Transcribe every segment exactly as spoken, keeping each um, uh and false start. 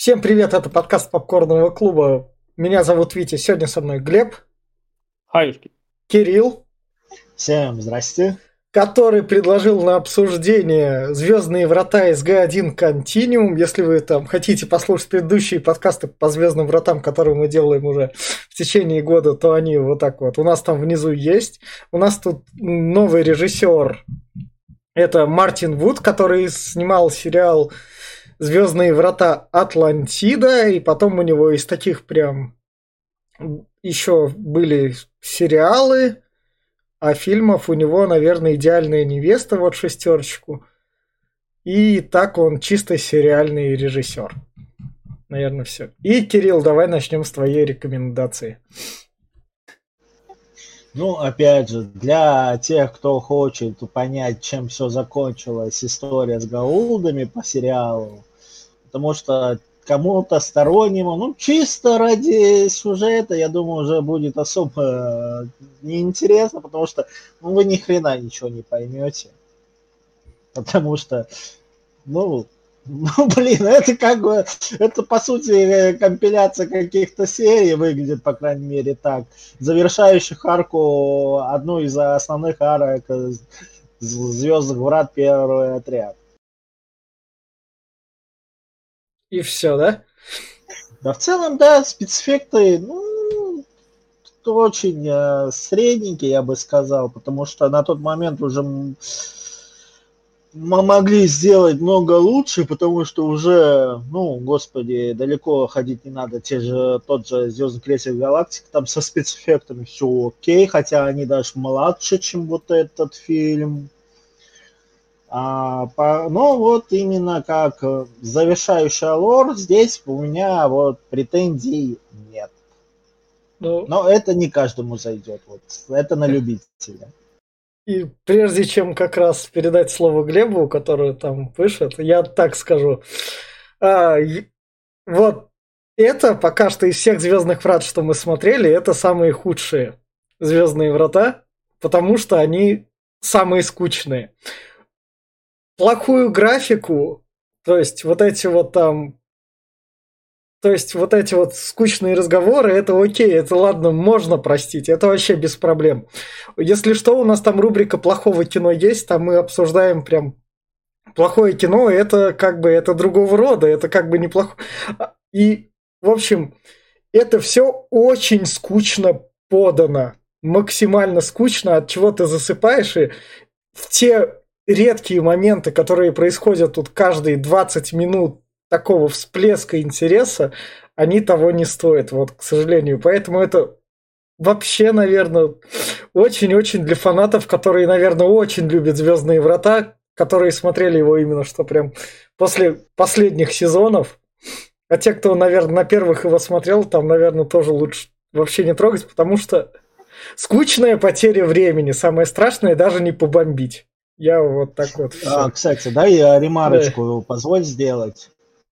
Всем привет, это подкаст Попкорного клуба. Меня зовут Витя, сегодня со мной Глеб. Хаюшки. Кирилл. Всем здрасте. Который предложил на обсуждение «Звездные врата» эс джи один Continuum. Если вы там хотите послушать предыдущие подкасты по «Звездным вратам», которые мы делаем уже в течение года, то они вот так вот у нас там внизу есть. У нас тут новый режиссер. Это Мартин Вуд, который снимал сериал «Звездные врата Атлантида», и потом у него из таких прям еще были сериалы, а фильмов у него, наверное, «Идеальная невеста», вот шестерочку. И так он чисто сериальный режиссер. Наверное, все. И, Кирилл, давай начнем с твоей рекомендации. Ну, опять же, для тех, кто хочет понять, чем все закончилась история с Гаулдами по сериалу, потому что кому-то стороннему, ну, чисто ради сюжета, я думаю, уже будет особо неинтересно, потому что ну, вы ни хрена ничего не поймете. Потому что, ну, ну, блин, это как бы, это по сути компиляция каких-то серий выглядит, по крайней мере, так, завершающих арку, одну из основных арок «Звездных врат» первый отряд. И все, да? Да, в целом, да, спецэффекты, ну, очень э, средненькие, я бы сказал, потому что на тот момент уже мы могли сделать много лучше, потому что уже, ну, господи, далеко ходить не надо. Те же, тот же «Звездный крейсер Галактика», там со спецэффектами все окей, хотя они даже младше, чем вот этот фильм. А, по, но вот именно как завершающая лор, здесь у меня вот претензий нет. Ну, но это не каждому зайдет, вот, это на любителя. И прежде чем как раз передать слово Глебу, который там пишет, я так скажу. А, вот это пока что из всех «Звездных врат», что мы смотрели, это самые худшие «Звездные врата», потому что они самые скучные. Плохую графику, то есть вот эти вот там, то есть вот эти вот скучные разговоры, это окей, это ладно, можно простить, это вообще без проблем. Если что, у нас там рубрика «Плохого кино» есть, там мы обсуждаем прям плохое кино, это как бы это другого рода, это как бы неплохо. И, в общем, это все очень скучно подано, максимально скучно, от чего ты засыпаешь, и в те редкие моменты, которые происходят тут каждые двадцать минут такого всплеска интереса, они того не стоят, вот, к сожалению. Поэтому это вообще, наверное, очень-очень для фанатов, которые, наверное, очень любят «Звездные врата», которые смотрели его именно что прям после последних сезонов. А те, кто, наверное, на первых его смотрел, там, наверное, тоже лучше вообще не трогать, потому что скучная потеря времени. Самое страшное даже не побомбить. Я вот так вот. А, кстати, да, я ремарочку да. позволь сделать.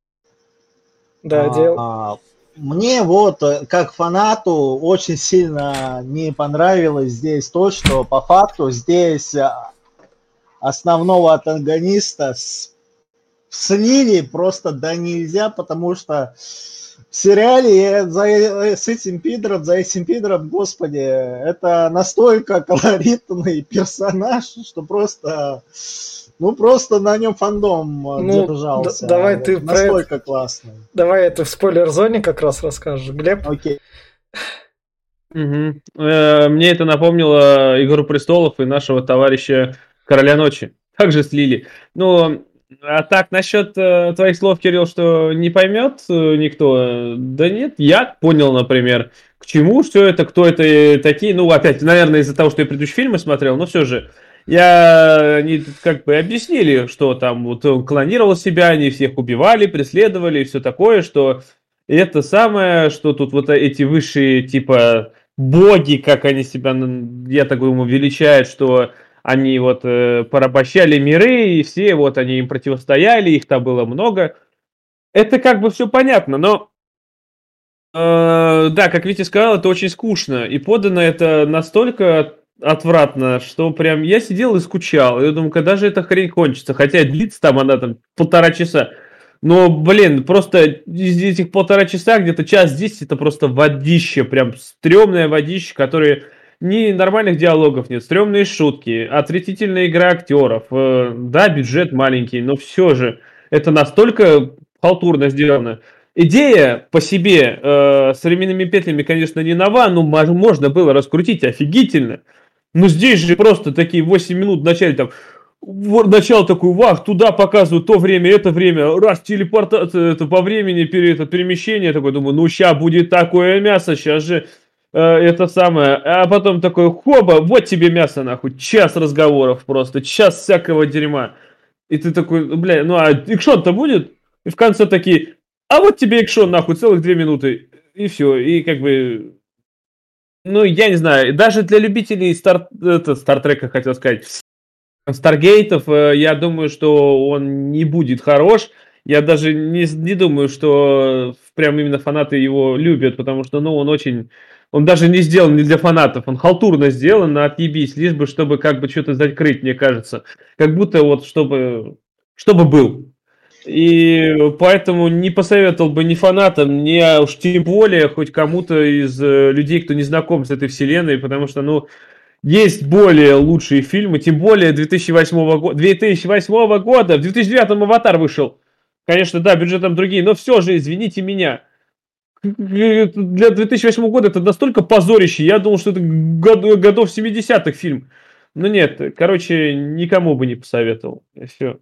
Да, а, дел. А, мне вот, как фанату, очень сильно не понравилось здесь то, что по факту здесь основного антагониста слили просто да нельзя, потому что в сериале за, с этим пидором, за этим пидором, господи, это настолько колоритный персонаж, что просто, ну просто на нем фандом ну, держался. Д- давай вот, ты настолько это, классный. Давай это в спойлер-зоне как раз расскажешь, Глеб. Окей. Угу. Э, мне это напомнило «Игру престолов» и нашего товарища Короля Ночи. Также слили. Но а так, насчет э, твоих слов, Кирилл, что не поймет э, никто, да нет, я понял, например, к чему все это, кто это такие, ну, опять, наверное, из-за того, что я предыдущие фильмы смотрел, но все же, я, они как бы объяснили, что там вот он клонировал себя, они всех убивали, преследовали и все такое, что это самое, что тут вот эти высшие, типа, боги, как они себя, я так думаю, величают, что они вот э, порабощали миры, и все вот они им противостояли, их там было много. Это как бы все понятно, но э, да, как Витя сказал, это очень скучно. И подано это настолько отвратно, что прям я сидел и скучал. Я думаю, когда же эта хрень кончится? Хотя длится там она там полтора часа. Но, блин, просто из этих полтора часа где-то час десять это просто водище, прям стрёмное водище, которое ни нормальных диалогов нет, стрёмные шутки, отвратительная игра актеров. Э, Да, бюджет маленький, но все же это настолько халтурно сделано. Идея по себе э, современными петлями, конечно, не нова, но мож- можно было раскрутить офигительно. Но здесь же просто такие восемь минут в начале там вот начало такой, вах, туда показывают то время, это время, раз, телепортация, это по времени, пере, это перемещение, такой, думаю, ну, ща будет такое мясо, сейчас же э, это самое, а потом такой, хоба, вот тебе мясо, нахуй, час разговоров просто, час всякого дерьма, и ты такой, ну, бля, ну, а экшон-то будет? И в конце такие, а вот тебе экшон, нахуй, целых две минуты, и все, и как бы, ну, я не знаю, даже для любителей Стар, это, Стартрека, хотел сказать, Старгейтов, э, я думаю, что он не будет хорош. Я даже не, не думаю, что прям именно фанаты его любят, потому что, ну, он очень... Он даже не сделан не для фанатов, он халтурно сделан, на отъебись, лишь бы, чтобы как бы что-то закрыть, мне кажется. Как будто вот, чтобы... Чтобы был. И поэтому не посоветовал бы ни фанатам, ни а уж тем более хоть кому-то из э, людей, кто не знаком с этой вселенной, потому что, ну, есть более лучшие фильмы, тем более две тысячи восьмого года. две тысячи восьмого года, в две тысячи девятом «Аватар» вышел. Конечно, да, бюджетом другие, но все же, извините меня. Для две тысячи восьмого года это настолько позорище. Я думал, что это год, годов семидесятых фильм. Но нет, короче, никому бы не посоветовал. Все.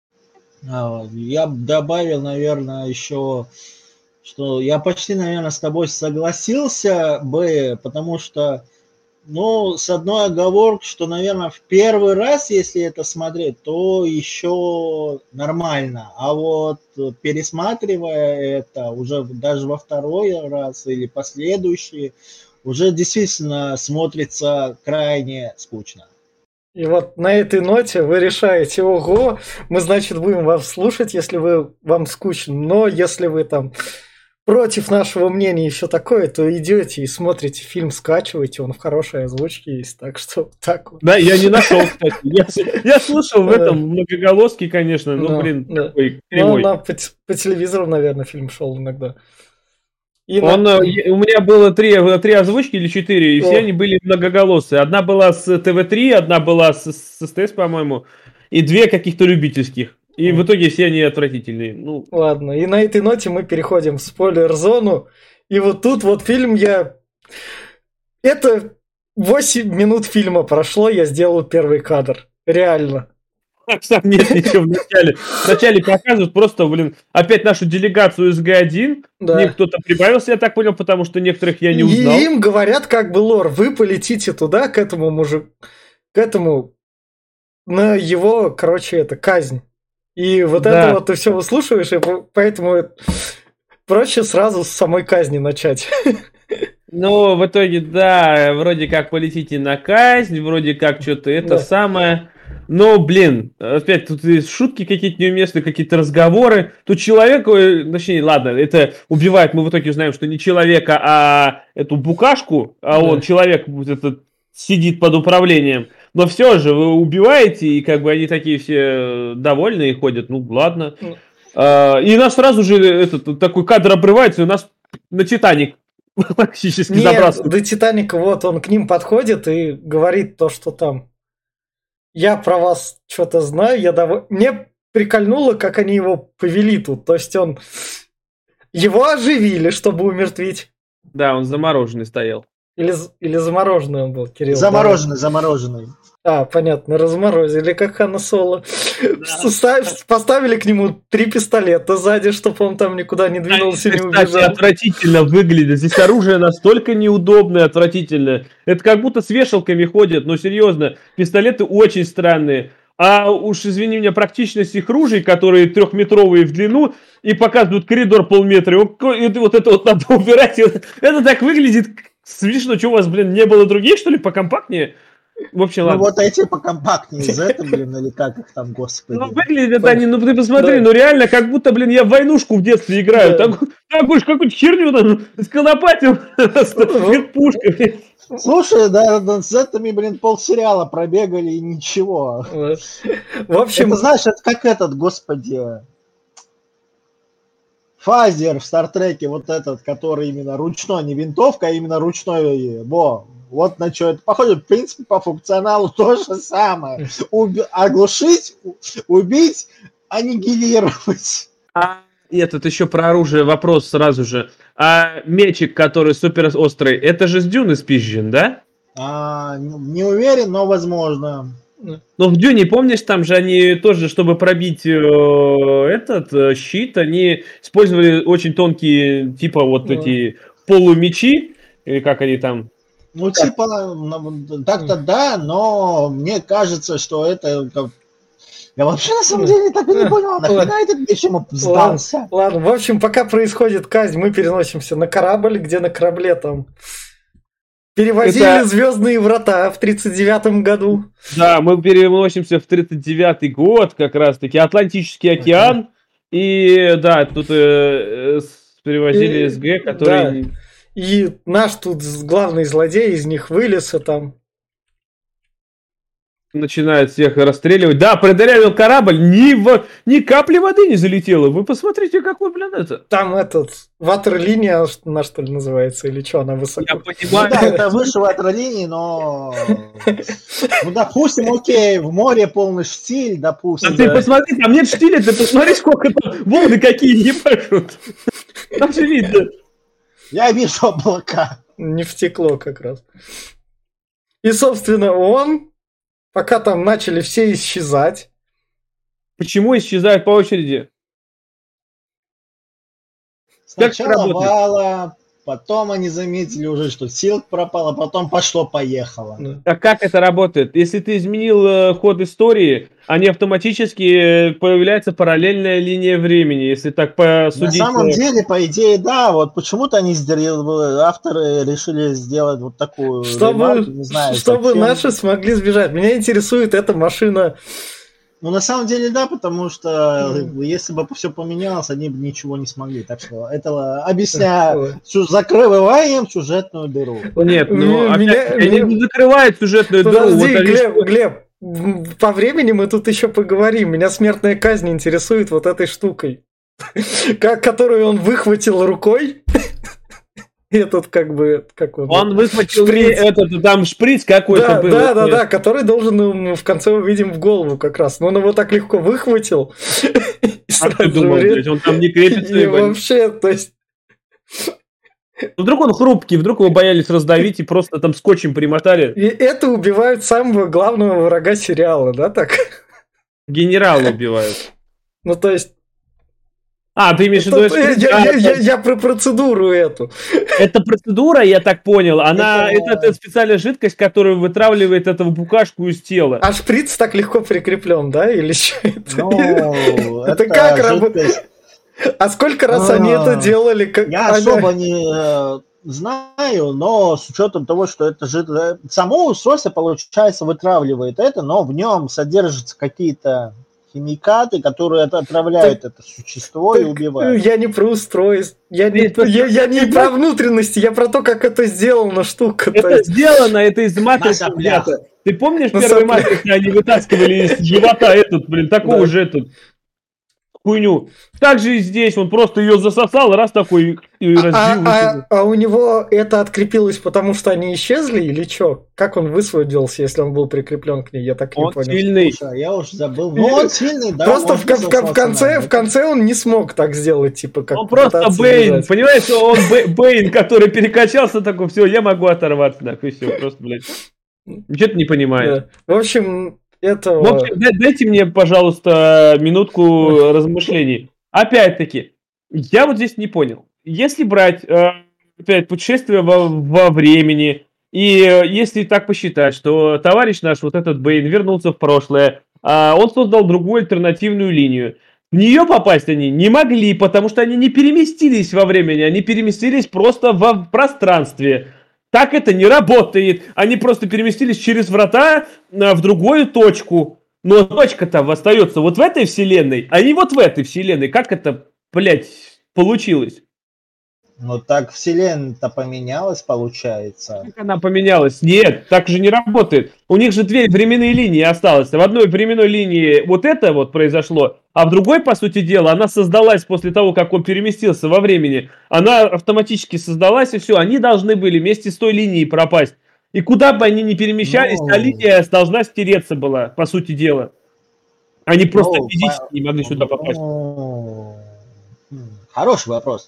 Я бы добавил, наверное, еще, что я почти, наверное, с тобой согласился бы, потому что, ну, с одной оговоркой, что, наверное, в первый раз, если это смотреть, то еще нормально. А вот пересматривая это уже даже во второй раз или последующий, уже действительно смотрится крайне скучно. И вот на этой ноте вы решаете, ого, мы, значит, будем вас слушать, если вы, вам скучно, но если вы там против нашего мнения и все такое, то идете и смотрите фильм, скачиваете, он в хорошей озвучке есть, так что так вот. Да, я не нашел, кстати. Я, я слышал в этом многоголоске, конечно, ну, Да, блин, да. такой Ну, кривой. на, по, по телевизору, наверное, фильм шел иногда. И Он, на- э, У меня было три, три озвучки или четыре, и все О. они были многоголосые. Одна была с тэ вэ три, одна была с, с СТС, по-моему, и две каких-то любительских. И О. в итоге все они отвратительные. Ну, Ладно, и на этой ноте мы переходим в спойлер-зону. И вот тут вот фильм я... Это восемь минут фильма прошло, я сделал первый кадр. Реально. там нет ничего в начале. Вначале показывают просто, блин, опять нашу делегацию из Г один. Да. К ним кто-то прибавился, я так понял, потому что некоторых я не узнал. И им говорят как бы лор, вы полетите туда, к этому мужику, к этому, на его, короче, это, казнь. И вот Да. это вот ты все выслушиваешь, и по- поэтому проще сразу с самой казни начать. Ну, в итоге, да, вроде как полетите на казнь, вроде как что-то это Да. самое. Но, блин, опять тут и шутки какие-то неуместные, какие-то разговоры. Тут человек, ой, точнее, ладно, это убивает, мы в итоге узнаем, что не человека, а эту букашку, а Да. он, человек, вот этот, сидит под управлением. Но все же вы убиваете, и как бы они такие все довольные ходят, ну, ладно. Ну. А, и у нас сразу же этот такой кадр обрывается, и у нас на Титаник практически Нет, забрасывают. до Титаника вот он к ним подходит и говорит то, что там. Я про вас что-то знаю, я дов... Мне прикольнуло, как они его повели тут. То есть он... Его оживили, чтобы умертвить. Да, он замороженный стоял. Или, или замороженный он был, Кирилл? Замороженный, замороженный. А, понятно, разморозили, как Хана Соло. Ставь- Поставили к нему три пистолета сзади, чтобы он там никуда не двинулся, не Кстати, убежал. отвратительно выглядит. Здесь оружие настолько неудобное, отвратительное. Это как будто с вешалками ходят, но серьезно. Пистолеты очень странные. А уж, извини меня, практичность их ружей, которые трехметровые в длину, и показывают коридор полметра. И вот и вот это вот надо убирать. И вот это так выглядит смешно. Что у вас, блин, не было других, что ли, покомпактнее? В общем, Ну ладно. вот эти покомпактнее из этого, блин, или как их там, господи. Ну, выглядят они, ну ты посмотри, Да. ну реально, как будто, блин, я в войнушку в детстве играю. Да. Так, такую ж какую-то херню там сколопатил с пушкой. Слушай, да, да, с этими, блин, полсериала пробегали и ничего. В общем, Это, знаешь, это как этот, господи, фазер в Стартреке, вот этот, который именно ручной, не винтовка, а именно ручной, во, вот на что это похоже. В принципе, по функционалу то же самое. Уби- оглушить, убить, аннигилировать. А этот еще про оружие вопрос сразу же. А мечик, который супер острый, это же с Дюны спизжен, да? А, не уверен, но возможно. Но в Дюне, помнишь, там же они тоже, чтобы пробить э, этот э, щит, они использовали очень тонкие, типа вот Да. эти полумечи, или как они там. Ну, типа, ну, так-то да, но мне кажется, что это... как- Я вообще на самом деле так и не понял, нахрена этот меч ему сдался? Ладно, в общем, пока происходит казнь, мы переносимся на корабль, где на корабле там перевозили Это- Звездные врата в тридцать девятом году. Да, мы переносимся в тридцать девятый год, как раз-таки, Атлантический океан, и да, тут э, э, с- перевозили И- СГ, который... И наш тут главный злодей из них вылез, и там... начинает всех расстреливать. Да, продырявил корабль, ни, в, ни капли воды не залетело. Вы посмотрите, какой, блин, это. Там этот, ватерлиния, она что ли называется, или что, она высоко? Я Ну понимаю. да, это выше ватерлинии, но... Ну, допустим, окей, в море полный штиль, А допустим. ты посмотри, там нет штиля, ты посмотри, сколько там волны какие не пашут. Там же видно. Я вижу облака. Не втекло как раз. И, собственно, он, пока там начали все исчезать, Почему исчезают по очереди? Как это Сначала работает? Вала, потом они заметили уже, что Силк пропала, потом пошло-поехало. да. А как это работает? Если ты изменил э, ход истории, они автоматически э, появляется параллельная линия времени, если так посудить. На самом э, деле, по идее, да, вот почему-то они сделали, авторы решили сделать вот такую чтобы, ремарку, не знаю, чтобы зачем. наши смогли сбежать. Меня интересует эта машина. Ну, на самом деле, да, потому что Мгм. если бы все поменялось, они бы ничего не смогли. Так что это объясняю, Ой. сю- закрываем сюжетную дыру. Нет, ну, Меня- опять, они меня- не закрывают сюжетную дыру. Подожди, вот они Глеб, что- Глеб, м, по времени мы тут еще поговорим. Меня смертная казнь интересует вот этой штукой, как, которую он выхватил рукой. Этот как бы, как он? Он выхватил Шприц. этот, там шприц какой-то Да, был. да, да, Вот, да, который должен ему в конце увидим в голову как раз. Но он его так легко выхватил. и А ты сразу думал, вред- блядь, он там не крепится? И ебать? вообще, то есть, Вдруг он хрупкий, вдруг его боялись раздавить и просто там скотчем примотали. и это убивают самого главного врага сериала, да, так? Генерала убивают. Ну, то есть, А, ты имеешь в виду... тут- это- я, а, я- я- я про процедуру эту. Это процедура, я так понял. Она... Это- Это, это специальная жидкость, которая вытравливает этого букашку из тела. А шприц так легко прикреплен, да, или что это? Ну, Это это как работает? жидкость. А сколько раз они А, это делали? Как... Я Ага. особо не э, знаю, но с учетом того, что это же э, само устройство, получается, вытравливает это, но в нем содержатся какие-то химикаты, которые от- отравляют это существо и Так, убивают. Я не про устройство, я не, Нет, я, я не это- про внутренности, я про то, как это сделано штука. то Это есть. сделано, это из матрицы На соплях. взято. Ты помнишь На первый соплях. матрице, они вытаскивали из живота этот, блин, такого Да. же этот хуйню. Так же и здесь, он просто ее засосал, раз такой и разбил. А, выкинул. а- а у него это открепилось, потому что они исчезли или что? Как он высвободился, если он был прикреплен к ней? Я так и не Он понял. сильный. Слушай, я уже забыл. Ну, он сильный, да. Просто он в, кон- в кон- в засосался, конце, наверное. в конце он не смог так сделать, типа как Он просто пытаться Бэйн, сбежать. понимаешь, он Бэ- Бэйн, который перекачался, такой, все, я могу оторваться, нахуй, все, просто, блядь. Ничего ты не понимаешь. Да. В общем, это... В общем, дай- дайте мне, пожалуйста, минутку размышлений. Опять-таки, я вот здесь не понял. Если брать, э, опять, путешествие во, во времени, и э, если так посчитать, что товарищ наш, вот этот Бэйн, вернулся в прошлое, а он создал другую альтернативную линию. В нее попасть они не могли, потому что они не переместились во времени, они переместились просто во пространстве. Так это не работает. Они просто переместились через врата а, в другую точку. Но точка-то остается вот в этой вселенной, а не вот в этой вселенной. Как это, блядь, получилось? Ну так вселенная-то поменялась, получается. Как она поменялась? Нет, так же не работает. У них же две временные линии осталось. В одной временной линии вот это вот произошло, а в другой, по сути дела, она создалась после того, как он переместился во времени. Она автоматически создалась, и все. Они должны были вместе с той линией пропасть. И куда бы они ни перемещались, Ну, а линия должна стереться была, по сути дела. Они просто ну, физически по- не могли сюда попасть. ну, м, хороший вопрос.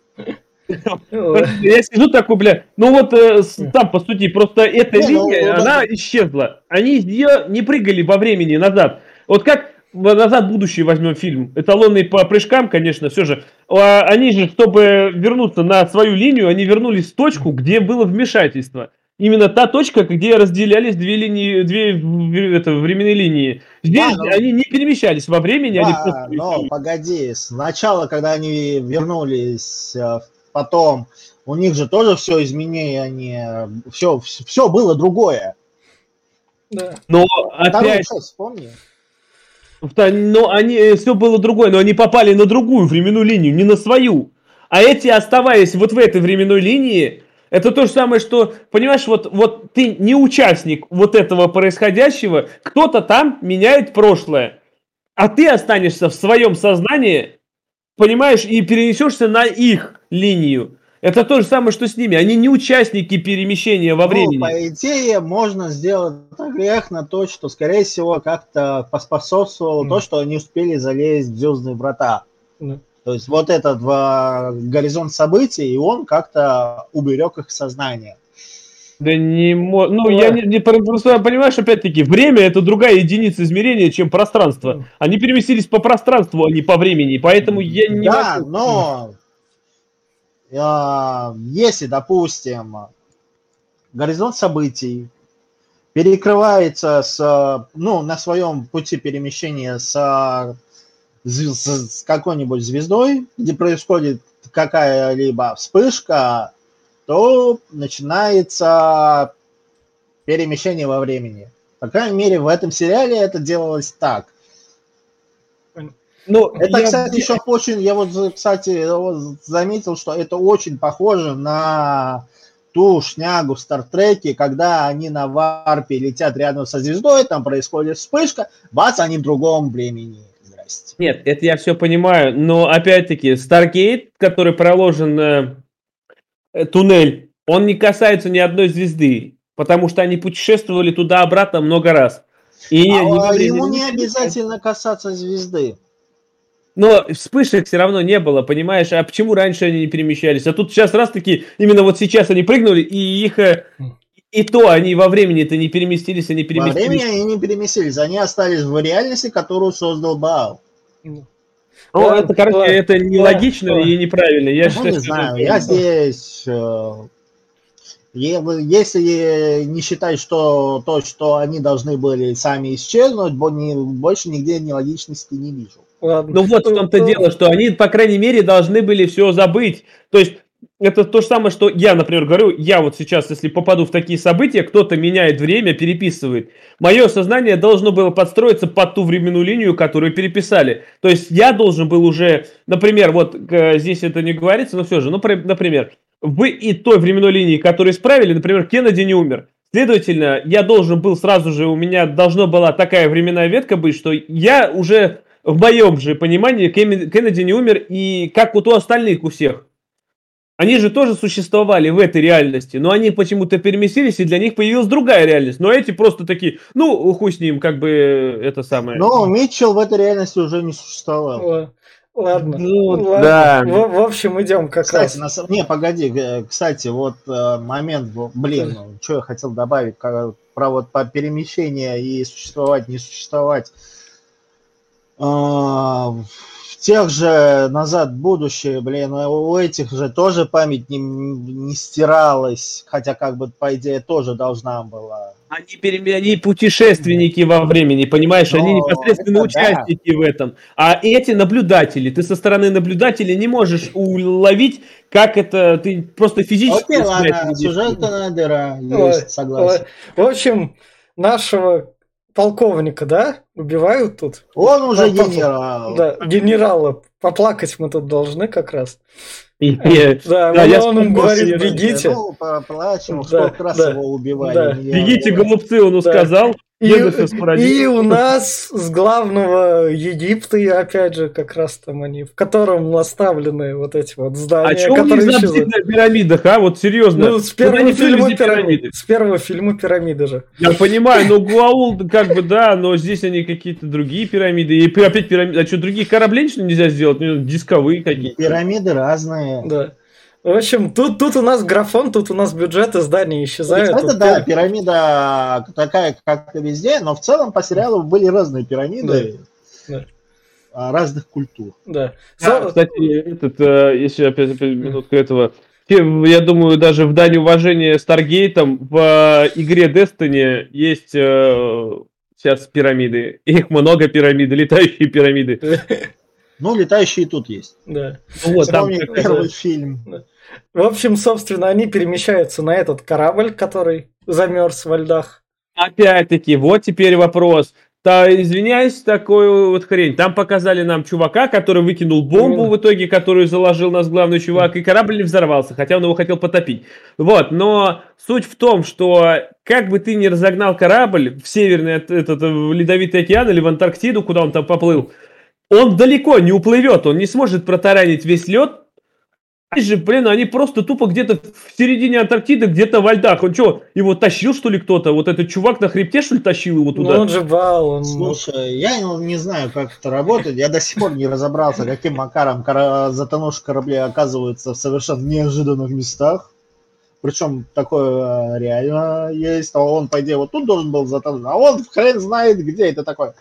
Я сижу такой, бля, ну вот э, с- там, по сути, просто эта Не, ну, линия, вот она это- исчезла. Они из нее не прыгали во времени назад. Вот как в «Назад в будущее» возьмем фильм. Эталонный по прыжкам, конечно, все же. А они же, чтобы вернуться на свою линию, они вернулись в точку, где было вмешательство. Именно та точка, где разделялись две линии, две в- это, временные линии. Здесь Да, но, они не перемещались во времени, они просто да, но перемещались. погоди, сначала, когда они вернулись, э, потом, у них же тоже все изменения, все, все было другое. Да. Но Вторую опять часть вспомни. но они, все было другое, но они попали на другую временную линию, не на свою. А эти, оставаясь вот в этой временной линии, это то же самое, что, понимаешь, вот, вот ты не участник вот этого происходящего, кто-то там меняет прошлое, а ты останешься в своем сознании, понимаешь, и перенесешься на их линию. Это то же самое, что с ними. Они не участники перемещения во Ну, времени. по идее, можно сделать грех на то, что, скорее всего, как-то поспособствовало Мгм. то, что они успели залезть в «Звездные врата». Да. То есть вот этот а, горизонт событий, и он как-то уберег их сознание. Да не мо- Ну, Ой. я не, не- просто понимаешь, опять-таки, время это другая единица измерения, чем пространство. Мгм. Они переместились по пространству, а не по времени. Поэтому я не Да, могу. но а, если, допустим, горизонт событий перекрывается с, ну, на своем пути перемещения с, зв- с- с какой-нибудь звездой, где происходит какая-либо вспышка, то начинается перемещение во времени. По крайней мере, в этом сериале это делалось так. Ну, Это, я- кстати, еще очень, я вот, кстати, вот заметил, что это очень похоже на ту шнягу в Стартреке, когда они на варпе летят рядом со звездой, там происходит вспышка, бац, они в другом времени. Здрасте. Нет, это я все понимаю, но опять-таки, Stargate, который проложен э, э, туннель, он не касается ни одной звезды, потому что они путешествовали туда-обратно много раз. И А, не во а времени, ему не не в смысле. обязательно касаться звезды. Но вспышек все равно не было, понимаешь? А почему раньше они не перемещались? А тут сейчас раз таки, именно вот сейчас они прыгнули, и их... э, И то они во времени-то не переместились, они Во переместились. времени они не переместились, они остались в реальности, которую создал Баал. Ну, Ну, ладно, это, короче, ладно, это нелогично ладно. и неправильно. Я Ну, считаю, не что знаю, это я правильно. здесь... э, е- Если не считать, что то, что они должны были сами исчезнуть, бо- не- больше нигде нелогичности не вижу. Ладно. Ну вот в том-то Ну, дело, что они, по крайней мере, должны были все забыть. То есть, это то же самое, что я, например, говорю, я вот сейчас, если попаду в такие события, кто-то меняет время, переписывает. Мое сознание должно было подстроиться под ту временную линию, которую переписали. То есть, я должен был уже, например, вот э, здесь это не говорится, но все же, ну, про- например, в и той временной линии, которую исправили, например, Кеннеди не умер. Следовательно, я должен был сразу же, у меня должна была такая временная ветка быть, что я уже в моем же понимании Кем- Кеннеди не умер, и как вот у остальных у всех. Они же тоже существовали в этой реальности, но они почему-то переместились, и для них появилась другая реальность. Но эти просто такие, ну, хуй с ним, как бы это самое. Но Митчелл в этой реальности уже не существовал. ла- Ладно. Ну, Ладно. да. В, в общем, идем как Кстати, раз. на сам- не, погоди, э, кстати, вот э, момент, во- блин, ну, что я хотел добавить, ка- про вот по перемещение и существовать, не существовать. А, в тех же «Назад в будущее», блин, у этих же тоже память не, не стиралась, хотя как бы по идее тоже должна была. Они, переме- они путешественники во времени, понимаешь? Они Но непосредственно это да. участники в этом. А эти наблюдатели. Ты со стороны наблюдателя не можешь уловить, как это... Ты просто физически... Окей, себя ладно, видишь. сюжетная дыра, Ой, есть, согласен. ой. В общем, нашего полковника, да, убивают тут. Он уже По- по- генерал. Да, генерала. Поплакать мы тут должны как раз. И, и- Да, да, он, я он им вспомнил говорит, себе, бегите. Ну, по-плачему, Да, сколько раз да, его убивали. да. не Бегите, было. голубцы, он Да. сказал. И, Гендальфа и спародировал. у нас с главного Египта, и опять же, как раз там они, в котором наставлены вот эти вот А здания, что у них которые за исчезают. бзик на пирамидах, а? Вот серьезно. Ну, с Куда первого они плыли, фильма где пирамиды. пирамиды? С первого фильма пирамиды же. Я понимаю, но Гуаул, как бы, да, но здесь они какие-то другие пирамиды. И опять пирамиды. А что, других кораблей что нельзя сделать? Ну, дисковые какие-то. Пирамиды разные. Да. В общем, тут, тут у нас графон, тут у нас бюджеты, здания исчезают. Это тут да, пир- пирамида такая, как и везде, но в целом по сериалу были разные пирамиды Да. а, разных культур. Да. Да, Со- кстати, этот, э, если опять, опять минутку этого, те, я думаю, даже в дань уважения Старгейтам в э, игре Destiny есть э, сейчас пирамиды. Их много пирамид, летающие пирамиды. Ну, летающие тут есть. Да. Ну вот, там Вспомни как- первый фильм. В общем, собственно, они перемещаются на этот корабль, который замерз во льдах. опять-таки, вот теперь вопрос. Да, извиняюсь, такую вот хрень. Там показали нам чувака, который выкинул бомбу Именно. в итоге, которую заложил нас главный чувак, и корабль не взорвался, хотя он его хотел потопить. Вот, но суть в том, что как бы ты ни разогнал корабль в Северный от- этот, в Ледовитый океан или в Антарктиду, куда он там поплыл, он далеко не уплывет, он не сможет протаранить весь лед. Они же, блин, они просто тупо где-то в середине Антарктиды, где-то во льдах. Он что, его тащил, что ли, кто-то? Вот этот чувак на хребте, что ли, тащил его Ну, туда? он же бал, он... Слушай, я не, не знаю, как это работает. Я до сих пор не разобрался, каким макаром кора- затонувшие корабли оказываются в совершенно неожиданных местах. Причем такое э, реально есть. А он, по идее, вот тут должен был затонуть, а он хрен знает где. Это такое.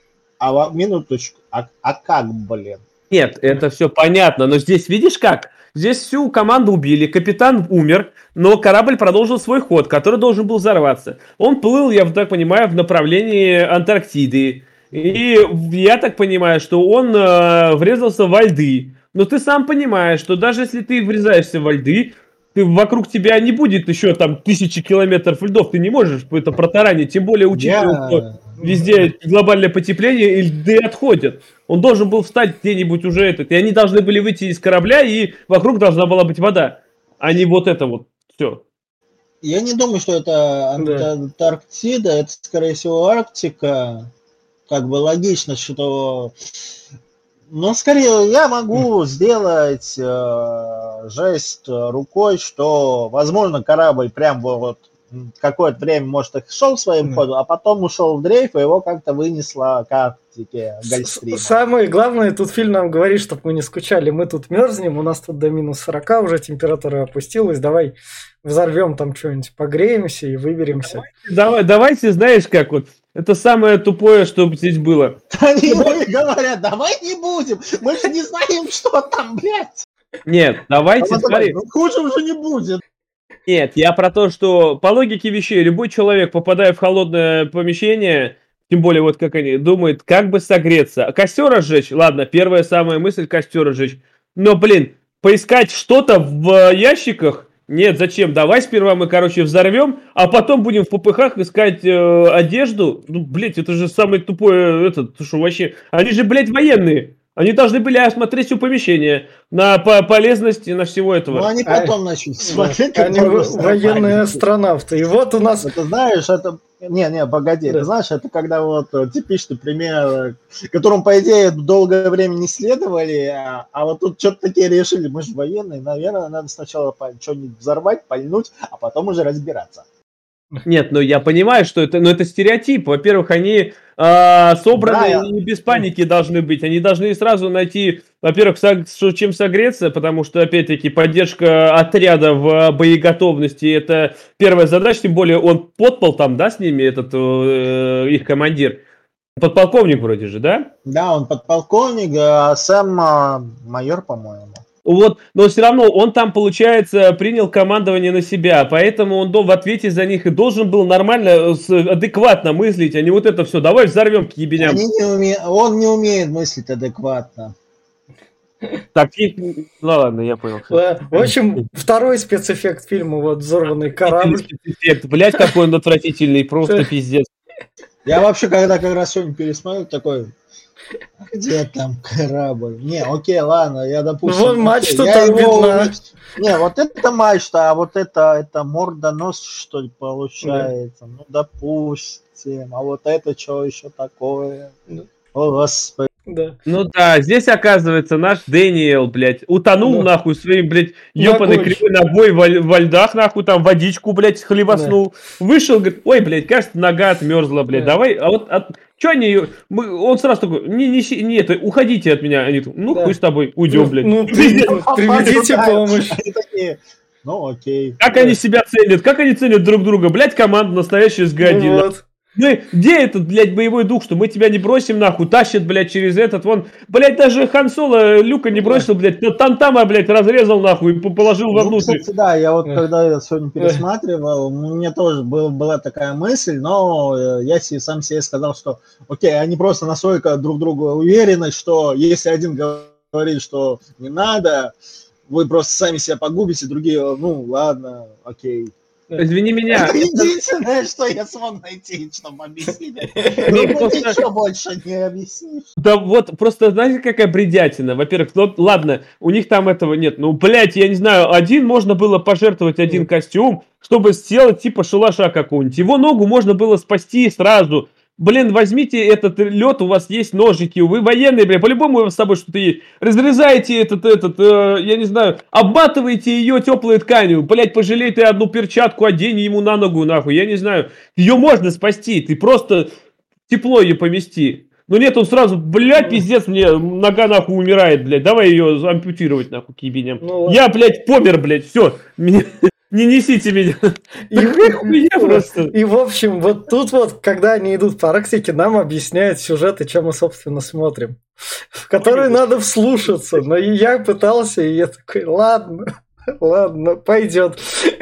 А во- минуточку. А, а как, блин? Нет, это все понятно, но здесь видишь как? Здесь всю команду убили, капитан умер, но корабль продолжил свой ход, который должен был взорваться. Он плыл, я так понимаю, в направлении Антарктиды. И я так понимаю, что он э, врезался во льды. Но ты сам понимаешь, что даже если ты врезаешься во льды, ты, вокруг тебя не будет еще там тысячи километров льдов, ты не можешь это протаранить, тем более учитывая, что Я... везде глобальное потепление, и льды отходят. Он должен был встать где-нибудь уже этот, и они должны были выйти из корабля, и вокруг должна была быть вода, а не вот это вот все. Я не думаю, что это Да. Антарктида, это, скорее всего, Арктика. Как бы логично, что... Но скорее я могу сделать э, жест рукой, что, возможно, корабль прям вот м, какое-то время, может, и шел своим Да. ходом, а потом ушел в дрейф, и его как-то вынесло к Арктике С- Гольфстрима. Самое главное, тут фильм нам говорит, чтобы мы не скучали. Мы тут мерзнем, у нас тут до минус сорока уже температура опустилась. Давай взорвем там что-нибудь, погреемся и выберемся. Давай, давайте, знаешь как вот, это самое тупое, что здесь было. Они ему говорят, давай не будем, мы же не знаем, что там, блядь. Нет, А давайте, потом, смотри. ну, хуже уже не будет. Нет, я про то, что по логике вещей любой человек, попадая в холодное помещение, тем более вот как они, думает, как бы согреться. А костер разжечь? Ладно, первая самая мысль — костер разжечь. Но, блин, поискать что-то в ящиках? Нет, зачем? Давай сперва мы, короче, взорвем, а потом будем в попыхах искать э, одежду. Ну, блядь, это же самое тупое, это, что вообще... Они же, блядь, военные. Они должны были осмотреть все помещение на по полезность и на всего этого. Ну, они А- потом начали смотреть, как Они можно во- взорвать. военные астронавты. И вот у нас... Это знаешь, это... Не, не, погоди, Да. ты знаешь, это когда вот э, типичный пример, э, которому, по идее, долгое время не следовали, а, а вот тут что-то такие решили, мы же военные, наверное, надо сначала по- что-нибудь взорвать, пальнуть, а потом уже разбираться. Нет, ну я понимаю, что это, ну, это стереотип. Во-первых, они а, собраны Да, я- и без паники должны быть. Они должны сразу найти, во-первых, сог- что- чем согреться, потому что, опять-таки, поддержка отряда в боеготовности — это первая задача, тем более он подпол там, да, с ними, этот э, их командир. Подполковник вроде же, да? Да, он подполковник, а Сэм а, майор, по-моему. Вот, но все равно он там, получается, принял командование на себя, поэтому он до- в ответе за них и должен был нормально, с- адекватно мыслить, а не вот это все, давай взорвем к ебеням. Они не уме- Он не умеет мыслить адекватно. Так, и- ну ладно, я понял. Да. В общем, второй спецэффект фильма, вот взорванный корабль. Эффект, блядь, какой он отвратительный, просто пиздец. Я вообще, когда как раз сегодня пересмотрел, такой, Где там корабль? Не, окей, ладно, я допустим. Вон мачта окей, там я его видна. увидел. Не, вот это мачта, а вот это, это мордонос, что ли, получается. Ну, допустим. А вот это что еще такое? О, господи. Да. Ну да, здесь, оказывается, наш Дэниел, блядь, утонул, Да. нахуй, своим, блядь, ёбаной Ногой. кривой ногой во, во льдах, нахуй, там водичку, блядь, хлебоснул. Вышел, говорит, ой, блядь, кажется, нога отмерзла, блядь, Да. давай, а вот, от... чё они её... Мы... Он сразу такой, не, не, щи- не, это, уходите от меня. Они такие, ну, Да. хуй с тобой, уйдем, Ну, блядь. ну, при- приведите помощь. Они такие, ну, окей. Как они себя ценят, как они ценят друг друга, блядь, команда настоящая с Ну година. вот. Мы, где этот, блядь, боевой дух, что мы тебя не бросим, нахуй, тащит, блядь, через этот, вон, блядь, даже Хан Соло Люка не бросил, блядь, но Тантама, блядь, разрезал, нахуй, и по- положил Ну, вовнутрь. кстати, да, я вот Да. когда я сегодня пересматривал, у меня тоже был, была такая мысль, но э, я себе, сам себе сказал, что окей, они просто настолько друг другу уверены, что если один говорит, что не надо, вы просто сами себя погубите, другие, ну ладно, окей. Извини меня. Это единственное, что я смог найти, чтобы объяснить. Ну, Ну, просто- ничего больше не объяснишь. Да вот, просто, знаете, какая бредятина? Во-первых, ну, ладно, у них там этого нет. Ну, блядь, я не знаю, один можно было пожертвовать один костюм, чтобы сделать типа шалаша какого-нибудь. Его ногу можно было спасти сразу. Блин, возьмите этот лед, у вас есть ножики, вы военные, блядь, по-любому у вас с собой что-то есть. Разрезайте этот, этот, э, я не знаю, обматывайте ее теплой тканью. Блядь, пожалей ты одну перчатку, одень ему на ногу, нахуй, я не знаю. Ее можно спасти, ты просто тепло ее помести. Ну нет, он сразу, блядь, пиздец, мне нога нахуй умирает, блядь, давай ее ампутировать, нахуй, к ебеням. Ну ладно. Я, блядь, помер, блядь, все, не несите меня. И, Такая хуйня просто. и, в общем, вот тут вот, когда они идут по Арктике, нам объясняют сюжеты, чем мы, собственно, смотрим. В которые надо вслушаться. Но и я пытался, и я такой, ладно, ладно, пойдет.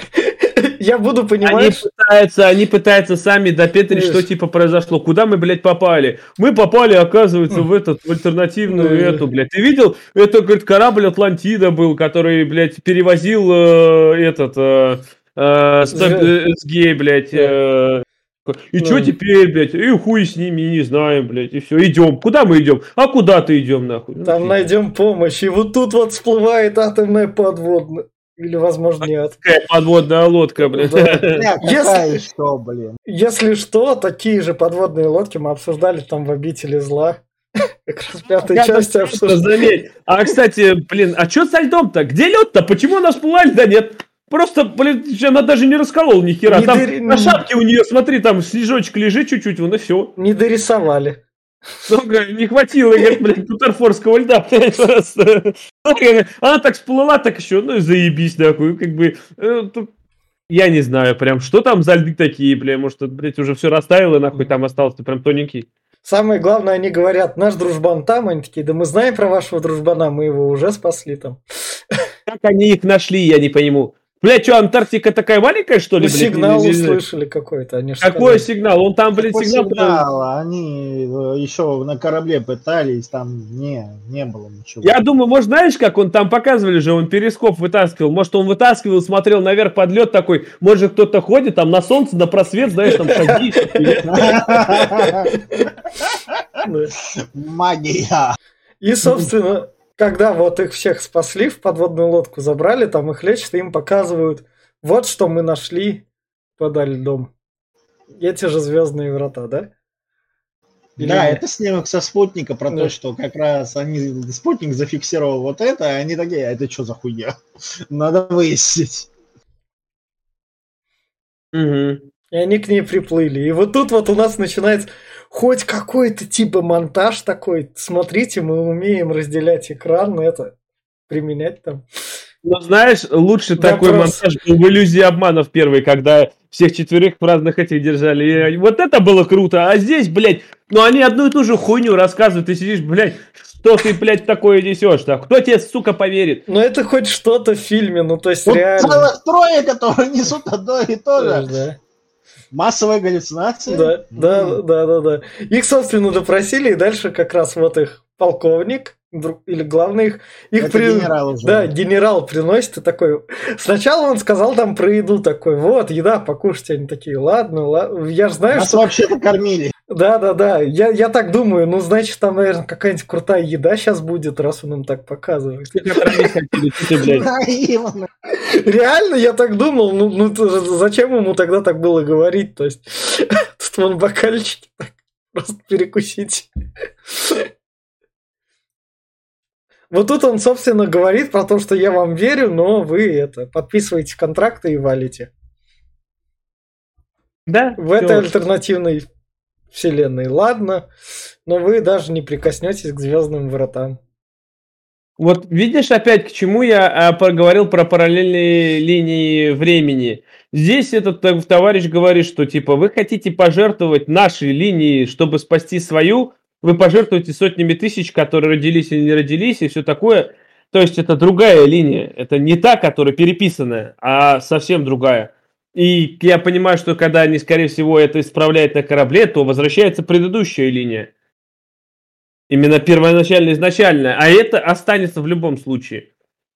Я буду Они понимать, что... пытаются, они пытаются сами допетрить, что Видишь. типа произошло. Куда мы, блядь, попали? Мы попали, оказывается, в этот, в альтернативную Ну, эту, блядь. Ты видел? Это, говорит, корабль Атлантида был, который, блядь, перевозил э, этот... Э, э, стоп- э, эс гей, блядь. э, и Ну. что теперь, блядь? И хуй с ними, не знаем, блядь. И все, идем. Куда мы идем? А куда ты идем, нахуй? Ну, Там фиг. найдем помощь. И вот тут вот всплывает атомная подводная. Или, возможно, нет. Какая подводная лодка, блядь. Да. Бля, какая еще, блин. Если что, такие же подводные лодки мы обсуждали там в «Обители зла». Как раз в пятой Я части так обсуждали. заметь. А, кстати, блин, а что со льдом-то? Где лед-то? Почему она всплыла, льда нет? Просто, блин, она даже не расколола ни хера. Не Там дыр- на шапке у нее, смотри, там снежочек лежит чуть-чуть, вон и все. Не дорисовали. Не хватило, говорит, блин, бутафорского льда, блядь, просто. Она так всплыла, так еще, ну и заебись, нахуй, как бы... э, тут- Я не знаю, прям, что там за льды такие, бля, может, блядь, уже все растаяло, нахуй, там остался прям тоненький. Самое главное, они говорят, наш дружбан там, они такие, да мы знаем про вашего дружбана, мы его уже спасли там. Как они их нашли, я не пойму. Блядь, что, Антарктика такая маленькая, что ли, Ну, блядь? сигнал Не- не- не- услышали какой-то. Они ж Какой сказали. сигнал? Он там, блядь, Какой сигнал... сигнал? Они э, еще на корабле пытались, там не, не было ничего. Я думаю, может, знаешь, как он там показывали же, он перископ вытаскивал. Может, он вытаскивал, смотрел наверх под лед такой, может, кто-то ходит там на солнце, на просвет, знаешь, там шаги. Да. Магия. И, собственно, когда вот их всех спасли, в подводную лодку забрали, там их лечат, и им показывают, вот что мы нашли подо льдом. Эти же звездные врата, да? Или Да, нет? это снимок со спутника про Да. то, что как раз они спутник зафиксировал вот это, а они такие, а это что за хуйня? Надо выяснить. Мгм. И они к ней приплыли. И вот тут вот у нас начинается хоть какой-то типа монтаж такой. Смотрите, мы умеем разделять экран, это применять там. Ну, знаешь, лучше Да, такой просто. монтаж был в «Иллюзии обмана» в первой, когда всех четверых в разных этих держали. И вот это было круто. А здесь, блядь, ну они одну и ту же хуйню рассказывают. Ты сидишь, блядь, что ты, блядь, такое несешь-то? Кто тебе, сука, поверит? Но это хоть что-то в фильме, ну то есть Вот реально. целых трое, которые несут одно и то же. Да. Массовая галлюцинация. Да, да, М. да, да, да. Их, собственно, допросили, и дальше как раз вот их полковник, друг- или главный их, их Это генерал уже. Да, генерал приносит и такой. Сначала он сказал там про еду такой, вот, еда, покушайте. Они такие, ладно, ладно. Я же знаю, Нас что... вообще-то кормили. Да-да-да, я, я так думаю, ну, значит, там, наверное, какая-нибудь крутая еда сейчас будет, раз он им так показывает. Наивно. Реально, я так думал, ну, ну т- зачем ему тогда так было говорить? То есть, тут вон бокальчики так просто перекусить. Вот тут он, собственно, говорит про то, что я вам верю, но вы это подписываете контракты и валите. Да, В этой всё. альтернативной вселенной, ладно, но вы даже не прикоснетесь к Звездным вратам. Вот видишь опять, к чему я а, поговорил про параллельные линии времени. Здесь этот та- товарищ говорит, что типа вы хотите пожертвовать нашей линией, чтобы спасти свою, вы пожертвуете сотнями тысяч, которые родились или не родились, и все такое. То есть это другая линия, это не та, которая переписанная, а совсем другая. И я понимаю, что когда они, скорее всего, это исправляют на корабле, то возвращается предыдущая линия. Именно первоначально, изначально. А это останется в любом случае.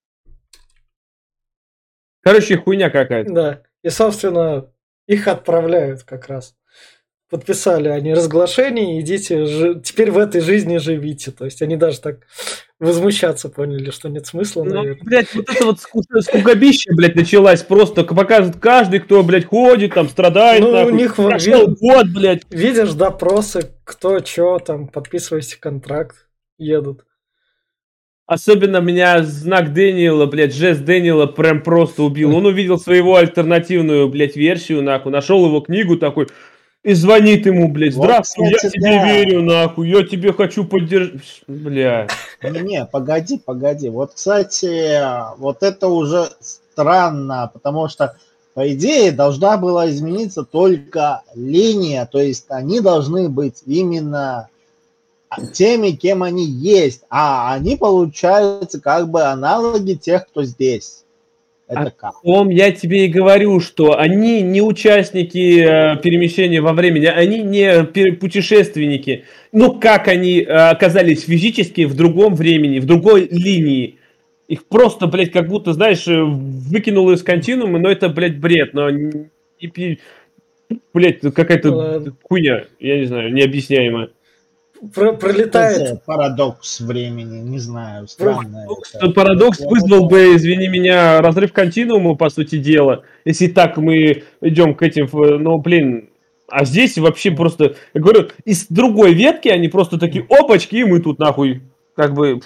Короче, хуйня какая-то. Да, и, собственно, их отправляют как раз. Подписали они разглашение, идите, жи- теперь в этой жизни живите. То есть они даже так возмущаться поняли, что нет смысла, Ну, наверное. блядь, вот это вот ску- скукобища, блядь, началась просто. Показывает каждый, кто, блядь, ходит, там, страдает, Ну, у нахуй. них вон Прошел ви- год, блядь. видишь допросы, кто чё там, подписывайте контракт, едут. Особенно меня знак Дэниела, блядь, жест Дэниела прям просто убил. Он увидел своего альтернативную, блядь, версию, нахуй. Нашел его книгу такой. И звонит ему, блядь, Вот, здравствуй, кстати, я тебе да. верю, нахуй, я тебе хочу поддержать. Бля. Не-не, погоди, погоди. Вот, кстати, вот это уже странно, потому что, по идее, должна была измениться только линия, то есть они должны быть именно теми, кем они есть, а они, получаются, как бы аналоги тех, кто здесь. Это как? О том я тебе и говорю, что они не участники э, перемещения во времени, они не пе- путешественники. Ну, как они э, оказались физически в другом времени, в другой линии. Их просто, блядь, как будто, знаешь, э, выкинуло из континуума, но это, блядь, бред. Но, не пи- блядь, какая-то Ладно. хуйня, я не знаю, необъясняемая. Про- пролетает. Это парадокс времени, не знаю, странно это. Что парадокс вызвал бы, извини меня, разрыв континуума, по сути дела, если так мы идем к этим, ф- ну, блин, а здесь вообще просто, я говорю, из другой ветки они просто такие, опачки, и мы тут нахуй, как бы,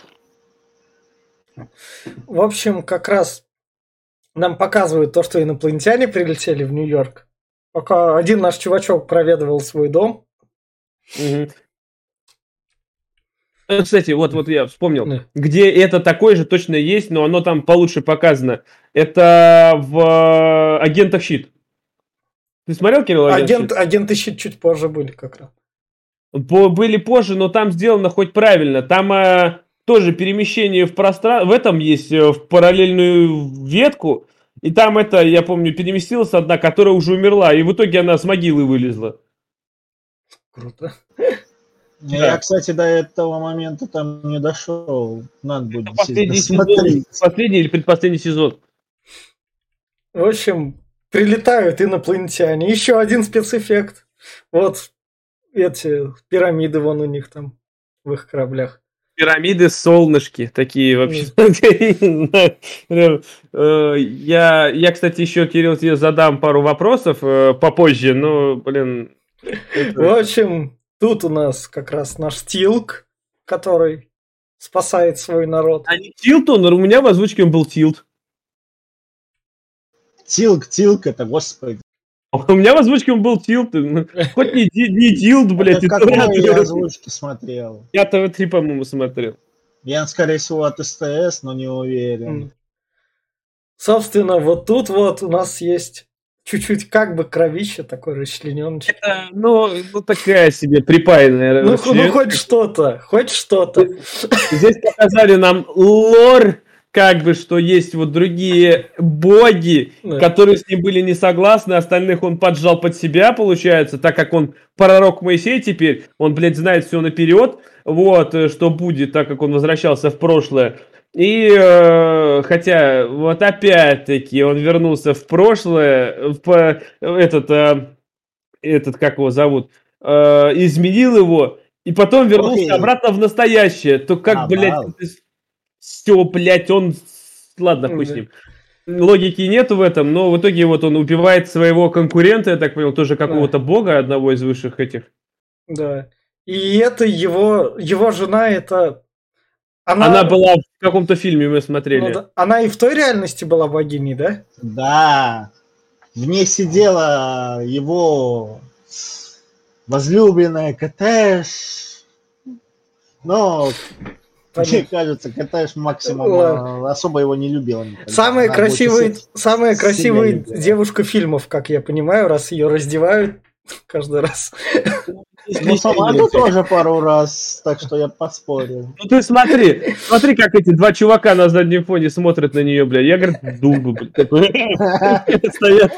В общем, как раз нам показывают то, что инопланетяне прилетели в Нью-Йорк. Пока один наш чувачок проведывал свой дом. мгм. Э, Кстати, вот, вот я вспомнил, Да. где это такое же точно есть, но оно там получше показано. Это в э, Агентах Щит. Ты смотрел, Кирилл, Агент Агент, Щит? агенты щит чуть позже были как раз. По- Были позже, но там сделано хоть правильно. Там э, тоже перемещение в пространстве. В этом есть э, в параллельную ветку. И там это, я помню, переместилась одна, которая уже умерла. И в итоге она с могилы вылезла. Круто. Я, кстати, до этого момента там не дошел. Надо будет действительно Последний сезон, смотреть. последний или предпоследний сезон. В общем, прилетают инопланетяне. Еще один спецэффект. Вот эти пирамиды вон у них там в их кораблях. Пирамиды, солнышки такие вообще. Э, Я, я, кстати, еще, Кирилл, тебе задам пару вопросов э, попозже, но, блин... это- В общем, тут у нас как раз наш Тилк, который спасает свой народ. А не Тилт он, у меня в озвучке он был Тилт. Тилк, тилк, это, господи. У меня в озвучке он был Тилт. ну, Хоть не, ди- не Дилд, блядь. Ты в это какой вряд ли. озвучке смотрел? Я ТВ три, по-моему, смотрел. Я, скорее всего, от СТС, но не уверен. М. Собственно, вот тут вот у нас есть чуть-чуть как бы кровище, такой расчлененочек. Это, ну, ну, такая себе припаянная. Ну, вообще. ну хоть что-то, хоть что-то. Здесь показали нам лор, как бы, что есть вот другие боги, Да. которые с ним были не согласны, остальных он поджал под себя, получается, так как он пророк Моисей теперь, он, блядь, знает все наперед, вот, э, что будет, так как он возвращался в прошлое. И, э, хотя, вот опять-таки, он вернулся в прошлое, в, по- этот, э, этот, как его зовут, э, изменил его, и потом вернулся Окей. обратно в настоящее, то как, А, блядь, вау. все, блядь, он... Ладно, хуй с Да. ним. Логики нету в этом, но в итоге вот он убивает своего конкурента, я так понял, тоже какого-то бога, одного из высших этих. Да. И это его, его жена, это... Она, Она была в каком-то фильме, мы ну смотрели. да, она и в той реальности была богиней, да? Да. В ней сидела его возлюбленная Кэтэш. Но, мне Понятно. кажется, Кэтэш максимум Ладно. а, особо его не любила никогда. Самая Она больше красивая, се- самая себя красивая любила. девушка фильмов, как я понимаю, раз ее раздевают каждый раз. Ну, сама-то тоже пару раз, так что я поспорил. Ну ты смотри, смотри, как эти два чувака на заднем фоне смотрят на нее, бля. Я, говорю, думаю, блядь, такой. Стоят.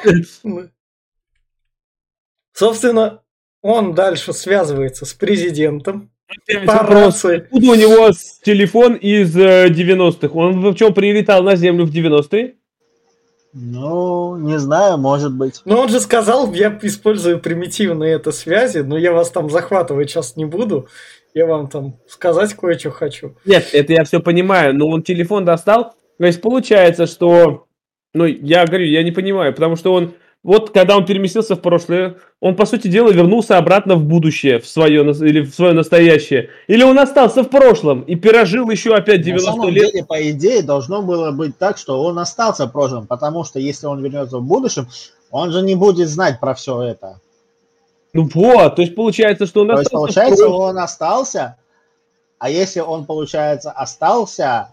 Собственно, он дальше связывается с президентом. Опять По вопрос. рации. Откуда у него с- телефон из э, девяностых? Он в чем прилетал на Землю в девяностые? Ну, не знаю, может быть. Но он же сказал, я использую примитивные это связи, но я вас там захватывать сейчас не буду. Я вам там сказать кое-что хочу. Нет, это я все понимаю, но он телефон достал. То есть получается, что... Ну, я говорю, я не понимаю, потому что он... Вот когда он переместился в прошлое, он, по сути дела, вернулся обратно в будущее, в свое, нас- или в свое настоящее. Или он остался в прошлом и пережил еще опять На девяносто самом лет. деле, по идее, должно было быть так, что он остался в прошлом, потому что если он вернется в будущем, он же не будет знать про все это. Ну вот, то есть получается, что он То есть, остался в получается, прошлом. он остался, а если он, получается, остался,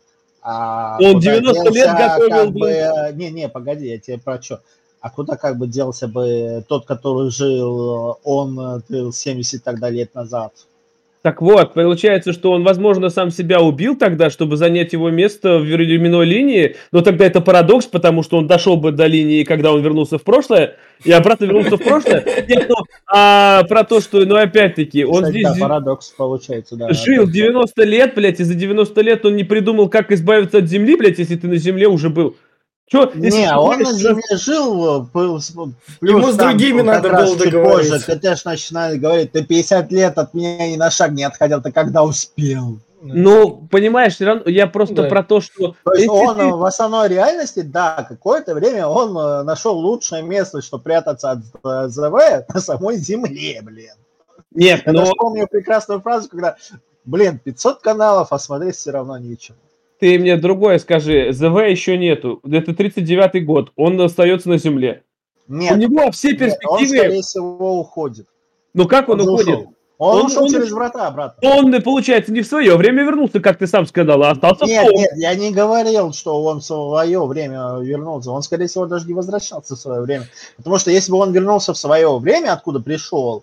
а Он куда девяносто лет делся, готовил как бы- бы... э, Не-не, погоди, я тебе про что. А куда как бы делся бы тот, который жил, он э, семьдесят тогда лет назад? Так вот, получается, что он, возможно, сам себя убил тогда, чтобы занять его место в временной линии, но тогда это парадокс, потому что он дошел бы до линии, когда он вернулся в прошлое, и обратно вернулся в прошлое. Нет, ну, а про то, что, ну, опять-таки, он Кстати, здесь да, жи- парадокс получается, да. жил опять. девяносто лет, блядь, и за девяносто лет он не придумал, как избавиться от Земли, блядь, если ты на Земле уже был. Чё, если Не, ты он на знаешь, земле жил, был, с- плюс Ему с там другими как надо раз было чуть договориться. позже Кэтэш начинает говорить, ты пятьдесят лет от меня ни на шаг не отходил, ты когда успел? Ну, понимаешь, все равно, я просто Да. про то, что... То есть если он ты- э, в основной реальности, да, какое-то время он э, нашел лучшее место, чтобы прятаться от э, ЗВ на самой земле, блин. Нет, Я но... даже помню прекрасную фразу, когда, блин, пятьсот каналов, а смотреть все равно нечего. Ты мне другое скажи, ЗВ еще нету, это тридцать девятый год, он остается на Земле. Нет, У него все нет, он, перспективы, скорее всего, уходит. ну как он, Он же уходит? ушел. Он, Он- ушел он через уш- врата обратно. Он, получается, не в свое время вернулся, как ты сам сказал, а остался в Нет, том. нет, я не говорил, что он в свое время вернулся. Он, скорее всего, даже не возвращался в свое время. Потому что если бы он вернулся в свое время, откуда пришел,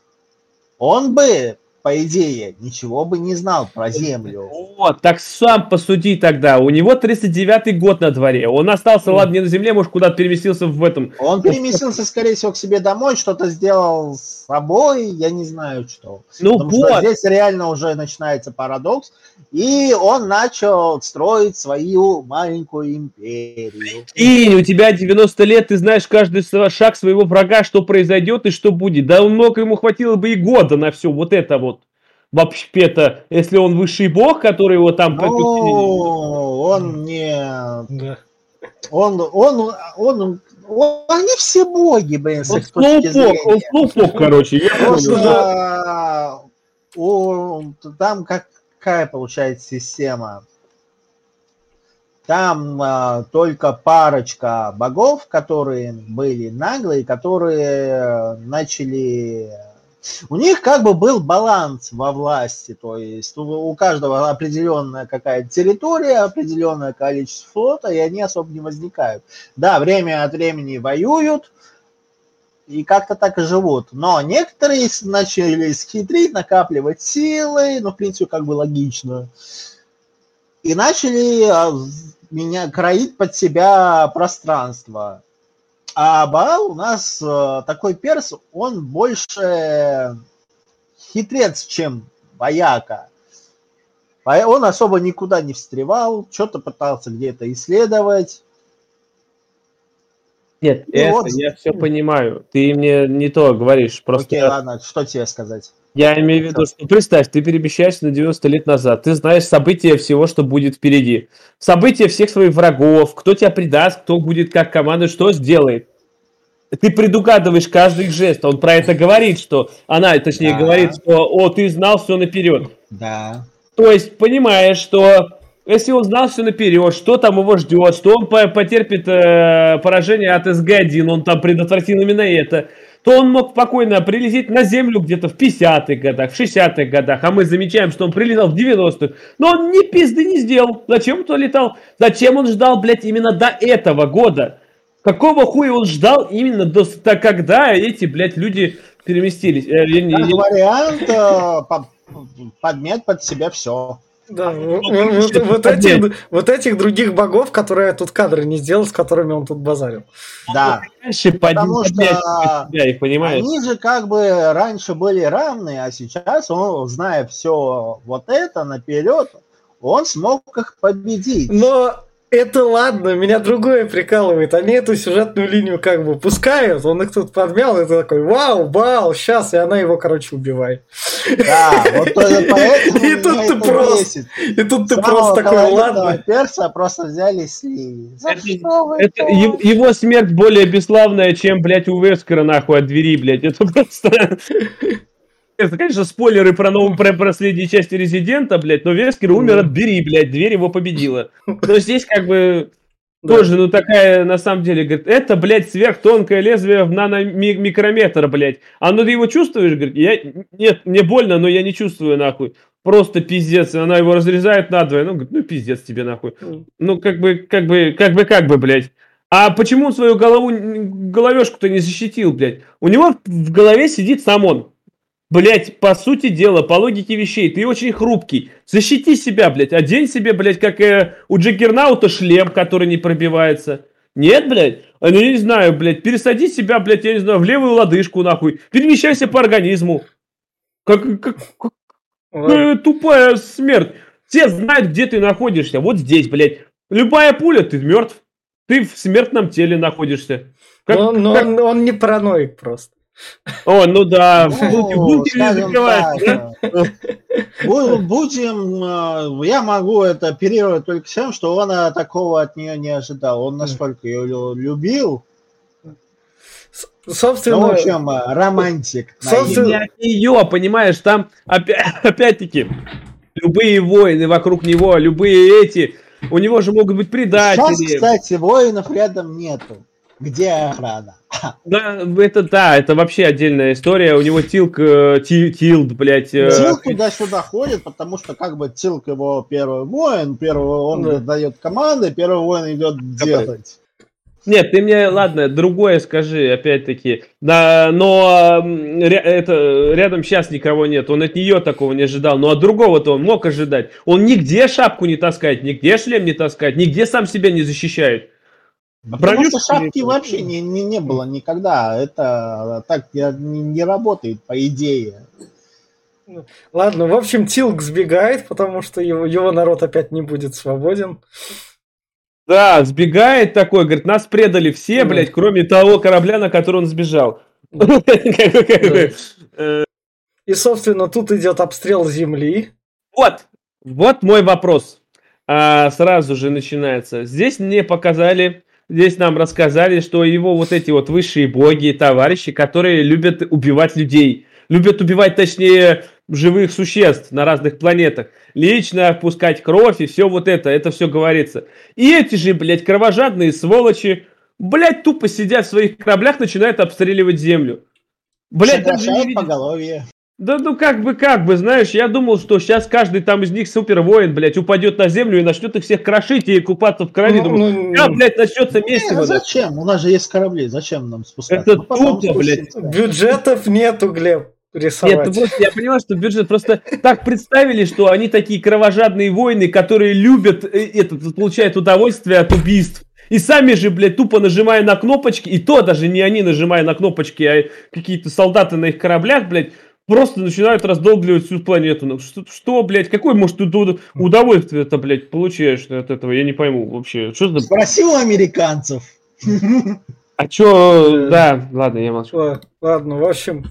он бы, по идее, ничего бы не знал про Землю. Вот, так сам посуди тогда. У него тридцать девятый год на дворе. Он остался, ладно, не на Земле, может, куда-то переместился в этом. Он переместился, скорее всего, к себе домой, что-то сделал с собой, я не знаю что. Ну Потому что вот. здесь реально уже начинается парадокс. И он начал строить свою маленькую империю. И у тебя девяносто лет, ты знаешь каждый сва- шаг своего врага, что произойдет и что будет. Да много ему хватило бы и года на все вот это вот. Вообще-то, если он высший бог, который его там... Ну, он не... Да. Он, он, он, он, они все боги, блин, с Он их точки слоупок, он зрения. слоупок, короче. Я понял. Просто у, там какая получается система? Там а, только парочка богов, которые были наглые, которые начали... У них как бы был баланс во власти, то есть у, у каждого определенная какая-то территория, определенное количество флота, и они особо не возникают. Да, время от времени воюют, и как-то так и живут. Но некоторые начали схитрить, накапливать силы, ну, в принципе, как бы логично. И начали а, меня кроить под себя пространство. А Баал у нас э, такой перс, он больше хитрец, чем вояка. Он особо никуда не встревал, что-то пытался где-то исследовать. Нет, И это вот- я все понимаю. Ты мне не то говоришь. Просто Окей, ладно, что тебе сказать? я имею в виду, что представь, ты перемещаешься на девяносто лет назад. Ты знаешь события всего, что будет впереди. События всех своих врагов, кто тебя предаст, кто будет как команда, что сделает. Ты предугадываешь каждый их жест. Он про это говорит, что она, точнее, Да. говорит, что о, ты знал все наперед. Да. То есть, понимаешь, что если он знал все наперед, что там его ждет, что он по- потерпит э, поражение от эс гэ один, он там предотвратил именно это, то он мог спокойно прилететь на Землю где-то в пятидесятых годах, в шестидесятых годах, а мы замечаем, что он прилетал в девяностых. Но он ни пизды не сделал. Зачем он летал? Зачем он ждал, блядь, именно до этого года? Какого хуя он ждал именно до до когда эти, блядь, люди переместились? Э, я не- Как я- вариант, э, по- подмять под себя все. Да, Ну, вот, вот- это вот поднять. этих, вот этих других богов, которые я тут кадры не сделал, с которыми он тут базарил. Да. Раньше под- Потому поднять что под себя их, понимаешь? Они же как бы раньше были равны, а сейчас он, зная все вот это наперед, он смог их победить. Но это ладно, меня другое прикалывает. Они эту сюжетную линию как бы пускают, он их тут подмял, и ты такой, вау, бау, сейчас, и она его, короче, убивает. Да, вот только поэтому И тут меня ты это просто- бесит. И тут ты Самого просто такой, колоритного ладно. перса просто взяли и слили. За Это- что вы Это так? е- его смерть более бесславная, чем, блядь, у Вескера, нахуй, от двери, блядь. Это просто... Это, конечно, спойлеры про, новую, про последние части Резидента, блядь, но Вескер умер от двери, блядь, дверь его победила. Но здесь как бы Да. тоже, ну, такая, на самом деле, говорит, это, блядь, сверхтонкое лезвие в наномикрометр, блядь. А ну ты его чувствуешь, говорит, я... Нет, мне больно, но я не чувствую, нахуй. Просто пиздец, и она его разрезает надвое. Ну, говорит, ну, пиздец тебе, нахуй. Ну, как бы, как бы, как бы, как бы, блядь. А почему он свою голову, головешку-то не защитил, блядь? У него в голове сидит сам он. Блядь, по сути дела, по логике вещей, ты очень хрупкий. Защити себя, блядь. Одень себе, блядь, как э, у Джаггернаута шлем, который не пробивается. Нет, блядь? А, ну, я не знаю, блядь. Пересади себя, блядь, я не знаю, в левую лодыжку, нахуй. Перемещайся по организму. Как, как, как Ладно. э, тупая смерть. Все знают, где ты находишься. Вот здесь, блядь. Любая пуля, ты мертв. Ты в смертном теле находишься. Как- Но, но как- он, он не параноик просто. О, ну да. Ну, в булке- в булке не скажем закрывается, так, да? Бу- Будем, э, я могу это оперировать только тем, что он э, такого от нее не ожидал. Он настолько ее лю- любил. С- Ну, Собственно, в общем, э, романтик. Собственно, Не от нее, понимаешь, там опя- опять-таки любые войны вокруг него, любые эти, у него же могут быть Сейчас, предатели. кстати, воинов рядом нету. Где охрана? Да, это да, это вообще отдельная история. У него Тилк, э, Ти- Тилд, блядь. э, Тилк туда-сюда ходит, потому что как бы Тилк его первый воин, первый он Да. дает команды, первый воин идет делать. Нет, ты мне, ладно, другое скажи, опять-таки. Да, но м, ря- это, рядом сейчас никого нет. Он от нее такого не ожидал. Но от другого-то он мог ожидать. Он нигде шапку не таскает, нигде шлем не таскает, нигде сам себя не защищает. А Потому броню, что что ли, шапки вообще не, не, не было никогда. Это так не, не работает, по идее. ладно, в общем, Тилк сбегает, потому что его, его народ опять не будет свободен. Да, сбегает такой, говорит, нас предали все, Да. блядь, кроме того корабля, на который он сбежал. Как бы, как бы, э, И, собственно, тут идет обстрел земли. Вот, вот мой вопрос. А, сразу же начинается. Здесь мне показали, здесь нам рассказали, что его вот эти вот высшие боги, товарищи, которые любят убивать людей. Любят убивать, точнее, живых существ на разных планетах. Лично пускать кровь и все вот это, это все говорится. И эти же, блядь, кровожадные сволочи, блядь, тупо сидят в своих кораблях, начинают обстреливать землю. Блядь, даже не Сокращают видят. поголовье. Да ну как бы, как бы, знаешь, я думал, что сейчас каждый там из них супервоин, блядь, упадет на землю и начнет их всех крошить и купаться в крови. Ну, Думаю, ну, да, блядь, начнется месиво. Не, да. зачем? У нас же есть корабли. Зачем нам спускаться? Это Ну, потом тупо, блядь. спустимся. Бюджетов нету, Глеб, рисовать. Нет, ну просто я понимаю, что бюджет просто так представили, что они такие кровожадные воины, которые любят, э, этот, получают удовольствие от убийств. И сами же, блядь, тупо нажимая на кнопочки, и то даже не они нажимая на кнопочки, а какие-то солдаты на их кораблях, блядь, просто начинают раздолбливать всю планету. Ну, что, что, блядь, какое, может, ты удовольствие это, блядь, получаешь от этого? Я не пойму вообще. Что за... Спроси у американцев. А чё, да, ладно, я молчу. Ладно, в общем...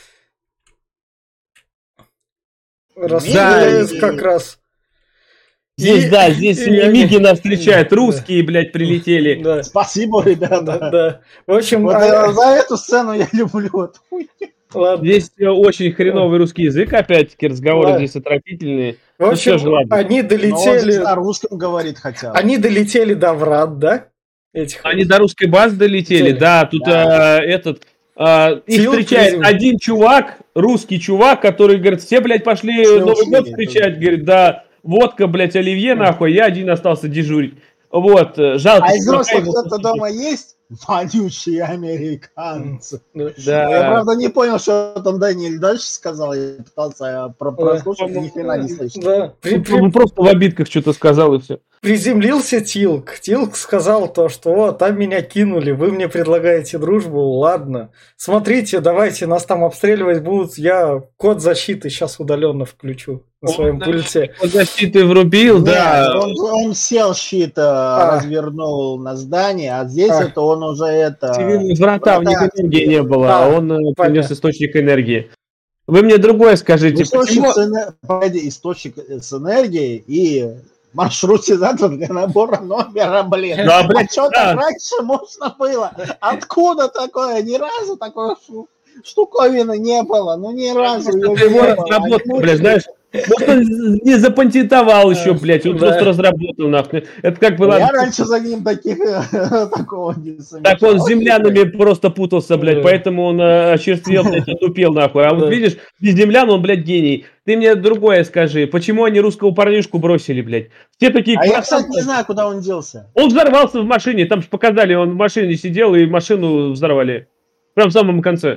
Расстреливают да, как раз. Здесь, и, да, здесь и Миги они... нас встречают, русские, блядь, прилетели. Да. Спасибо, ребята. Да, да. В общем, вот а... за эту сцену я люблю. Ладно. Здесь очень хреновый русский язык, опять-таки, разговоры ладно. Здесь отвратительные. В общем, ну, же, они долетели... Но он на русском говорит хотя бы. Они долетели до врат, да? Этих они до русской базы долетели, Цели. да. Тут да. А, этот... А, их встречает призем. один чувак, русский чувак, который говорит, все, блядь, пошли все Новый год встречать. Говорит, да, водка, блядь, оливье, нахуй, я один остался дежурить. Вот, жалко. А из взрослых кто-то дома есть? Вонючие американцы. Да. Я, правда, не понял, что там Дэниэль дальше сказал. Я пытался прослушать, ни хрена не слышно. Да. При, при... Он просто в обидках что-то сказал, и все. Приземлился Тилк. Тилк сказал то, что о, там меня кинули, вы мне предлагаете дружбу, ладно. Смотрите, давайте, нас там обстреливать будут, я код защиты сейчас удаленно включу на он своем пульте. Код защиты врубил, Нет, да. Он, он сел щит, а. развернул на здание, а здесь а. это он уже это... Цивильных врата, у них энергии не было, а он принес источник энергии. Вы мне другое скажите. Источник, почему... с, энер... Погоди, источник с энергией и... маршрутизатор для набора номера, блин. Ну, а, блин, а что да. так раньше можно было? Откуда такое? Ни разу такой штуковины не было. Ну, ни разу. Его разработка, блядь, знаешь, может, он не запатентовал еще, блядь, он да. просто разработал, нахуй. Это как бы... Я раньше за ним таких, такого не замечал. Так он с землянами просто путался, блядь, да. поэтому он очерствел, блядь, отупел, нахуй. А вот да. видишь, без землян он, блядь, гений. Ты мне другое скажи, почему они русского парнишку бросили, блядь? Все такие... А я, кстати, не знаю, куда он делся. Он взорвался в машине, там же показали, он в машине сидел и машину взорвали. Прям в самом конце.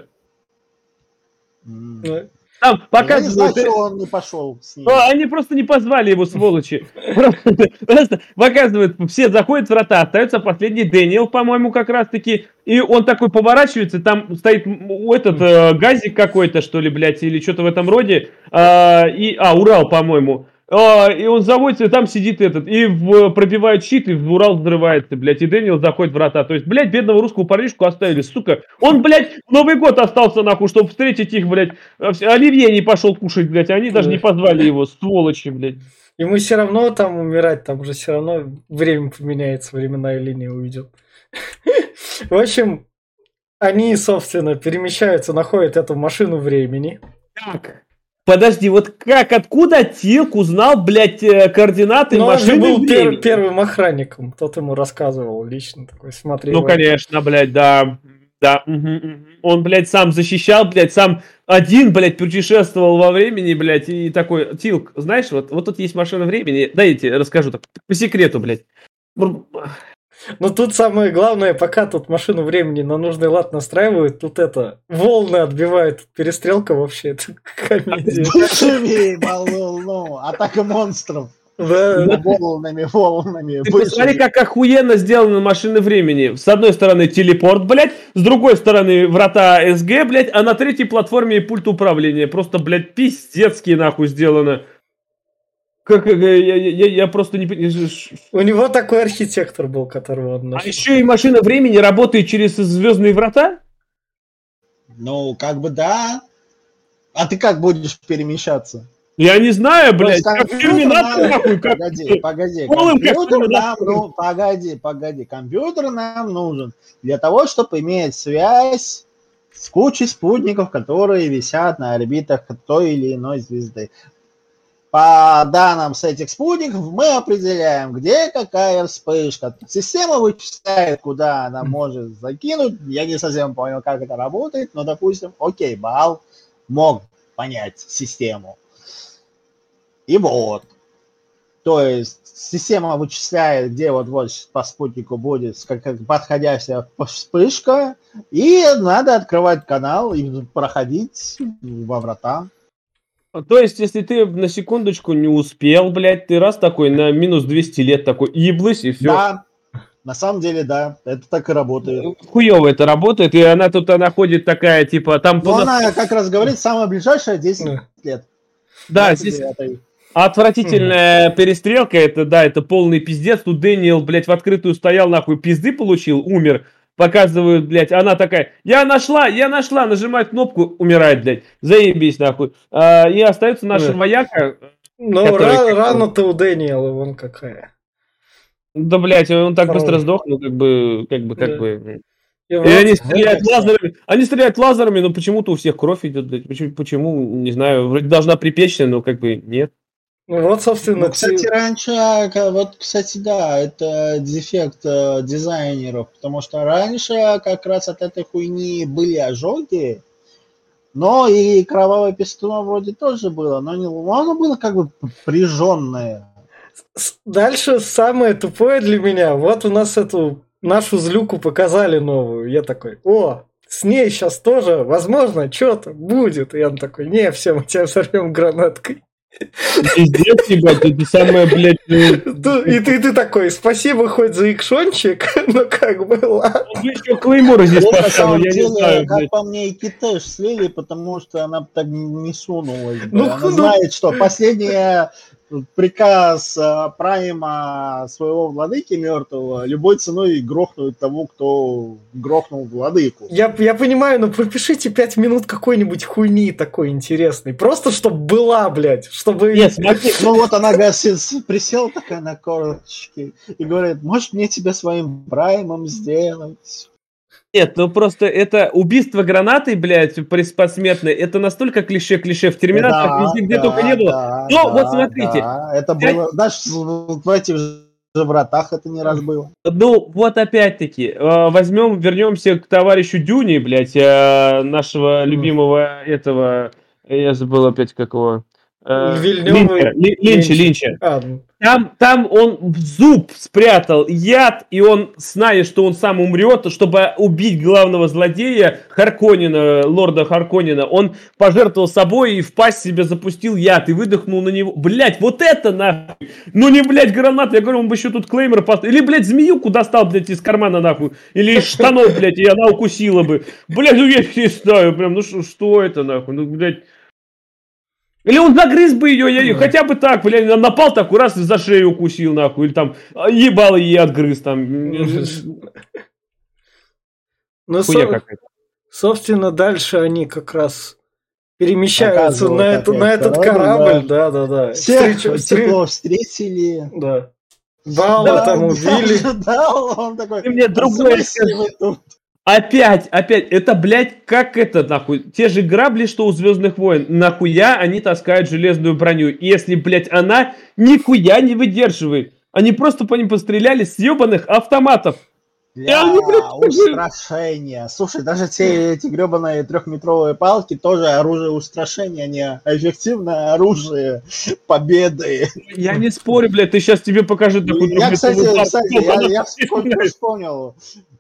Mm. Там показывают... Я не знаю, что он не пошел с ним. Они просто не позвали его, сволочи. Просто показывают, все заходят в врата, остается последний Дэниел, по-моему, как раз-таки. И он такой поворачивается, там стоит этот газик какой-то, что ли, блядь, или что-то в этом роде. И, а, Урал, по-моему. И он заводится, и там сидит этот, и в, пробивает щит, и в Урал взрывается, блядь, и Дэниел заходит в врата. То есть, блядь, бедного русского парнишку оставили, сука. Он, блядь, в Новый год остался, нахуй, чтобы встретить их, блядь. Оливье не пошел кушать, блядь, они даже не позвали его, сволочи, блядь. Ему все равно там умирать, там же все равно время поменяется, временная линия уйдет. В общем, они, собственно, перемещаются, находят эту машину времени. Так. Подожди, вот как, откуда Тилк узнал, блядь, координаты ну, машины? Он же был пер- первым охранником, тот ему рассказывал лично, такой, смотри. Ну, вот. конечно, блядь, да, да, угу, угу. Он, блядь, сам защищал, блядь, сам один, блядь, путешествовал во времени, блядь, и такой, Тилк, знаешь, вот, вот тут есть машина времени, дайте, расскажу так, по секрету, блядь. Ну, тут самое главное, пока тут машину времени на нужный лад настраивают, тут это, волны отбивает, перестрелка вообще, это комедия. Живи, волну, атака монстров. Да. Волнами, волнами. Ты посмотри, как охуенно сделаны машины времени. С одной стороны телепорт, блядь, с другой стороны врата СГ, блядь, а на третьей платформе и пульт управления. Просто, блядь, пиздецкие нахуй сделано. Как, я, я, я, я просто не понимаю. У него такой архитектор был, которого он нашел. А еще и машина времени работает через звездные врата? Ну, как бы да. А ты как будешь перемещаться? Я не знаю, блядь. Как терминатор, нахуй. Как... Погоди, погоди. Компьютер нам, ну, погоди, погоди. Компьютер нам нужен для того, чтобы иметь связь с кучей спутников, которые висят на орбитах той или иной звезды. По данным с этих спутников мы определяем, где какая вспышка. Система вычисляет, куда она может закинуть. Я не совсем понял, как это работает, но, допустим, окей, Баал мог понять систему. И вот. То есть система вычисляет, где вот, вот по спутнику будет подходящая вспышка, и надо открывать канал и проходить во врата. То есть, если ты на секундочку не успел, блядь, ты раз такой на минус двести лет такой еблысь и все. Да, на самом деле, да, это так и работает. Хуёво это работает, и она тут она ходит такая, типа, там... Ну, она как раз говорит, самое ближайшее десять лет. Да, здесь... Отвратительная mm-hmm. перестрелка, это, да, это полный пиздец. Тут Дэниел, блядь, в открытую стоял, нахуй, пизды получил, умер. показывают, блядь, она такая, я нашла, я нашла, нажимает кнопку, умирает, блядь, заебись, нахуй. А, и остается наша Да. вояка. Ну, который ра- как-то- рано-то у Дэниела вон какая. Да, блядь, он так Хорош. быстро сдох, ну, как бы, как бы, как Да. бы... И И вот, они стреляют это- лазерами, они стреляют лазерами, но почему-то у всех кровь идет, блядь, почему, почему, не знаю, вроде должна припечься, но как бы нет. ну вот, собственно, Ну, кстати, те- раньше, а, ка- вот, кстати, да, это дефект э, дизайнеров, потому что раньше как раз от этой хуйни были ожоги, но и кровавое пятно вроде тоже было, но не, но оно было как бы прижженное. с- дальше самое тупое для меня. Вот у нас эту нашу злюку показали новую. Я такой, о, с ней сейчас тоже, возможно, что-то будет. И он такой, не, все, мы тебя взорвем гранаткой. Пиздец, ебать, это самое, блядь, ну, Ту- И ты, ты такой, спасибо хоть за икшончик, но как бы ладно. он бы еще Клеймора здесь Ну, на поставил, самом я не деле, знаю, как блядь. по мне, и Китэш слили, потому что она так не сунулась. бы. Ну, Она ну- знает, что последний приказ э, Прайма своего владыки мертвого любой ценой грохнуть того, кто грохнул владыку. Я, я понимаю, но пропишите пять минут какой-нибудь хуйни такой интересной. Просто чтобы была, блядь. Чтобы... Нет, смотри, Ну вот она говорит, с- присела такая на корточки и говорит, может мне тебя своим праймом сделать? нет, ну просто это убийство гранатой, блядь, посмертное, это настолько клише-клише в Терминаторах, Да, везде, где да, только не было. да, Но да, вот смотрите, да. Это пять- было, знаешь, в этих же вратах это не раз было. ну, вот опять-таки, э, возьмем, вернемся к товарищу Дюни, блядь, э, нашего любимого этого, я забыл опять как его, э, Вильнёва и- Линча, Ли- Линча, Линча. А, ну, Там, там он в зуб спрятал яд, и он, зная, что он сам умрет, чтобы убить главного злодея Харконнена, лорда Харконнена, он пожертвовал собой и в пасть себе запустил яд и выдохнул на него. Блять, вот это нахуй! Ну не, блять, гранат, я говорю, он бы еще тут клеймер поставил. Или, блять, змеюку достал, блять, из кармана нахуй. Или из штанов, блять, и она укусила бы. Блять, ну я не знаю, прям, ну ш- что это нахуй? Ну, блять. Или он загрыз бы ее, я, Да. хотя бы так, блядь, напал такой раз и за шею укусил, нахуй, или там а, ебало ей отгрыз, там. Ну, Хуйня со- какая-то. собственно, дальше они как раз перемещаются на, Показывают это, на опять этот корабль, корабль, да, да, да. Всех Встречу- встр- тепло встретили. Да. Бала Да, там да, убили. Да, он такой, Ты мне «А другое в смысле вы тут?» Опять, опять, это, блядь, как это, нахуй, те же грабли, что у Звездных войн, нахуя они таскают железную броню, если, блядь, она нихуя не выдерживает. Они просто по ним постреляли с ебаных автоматов. Для они, блядь, устрашения. Слушай, даже те эти гребаные трехметровые палки тоже оружие устрашения, а не эффективное оружие победы. Я не спорю, блядь, ты сейчас тебе покажу такой Я, кстати, трехметровый удар. кстати, я, я вспомнил, вспомнил.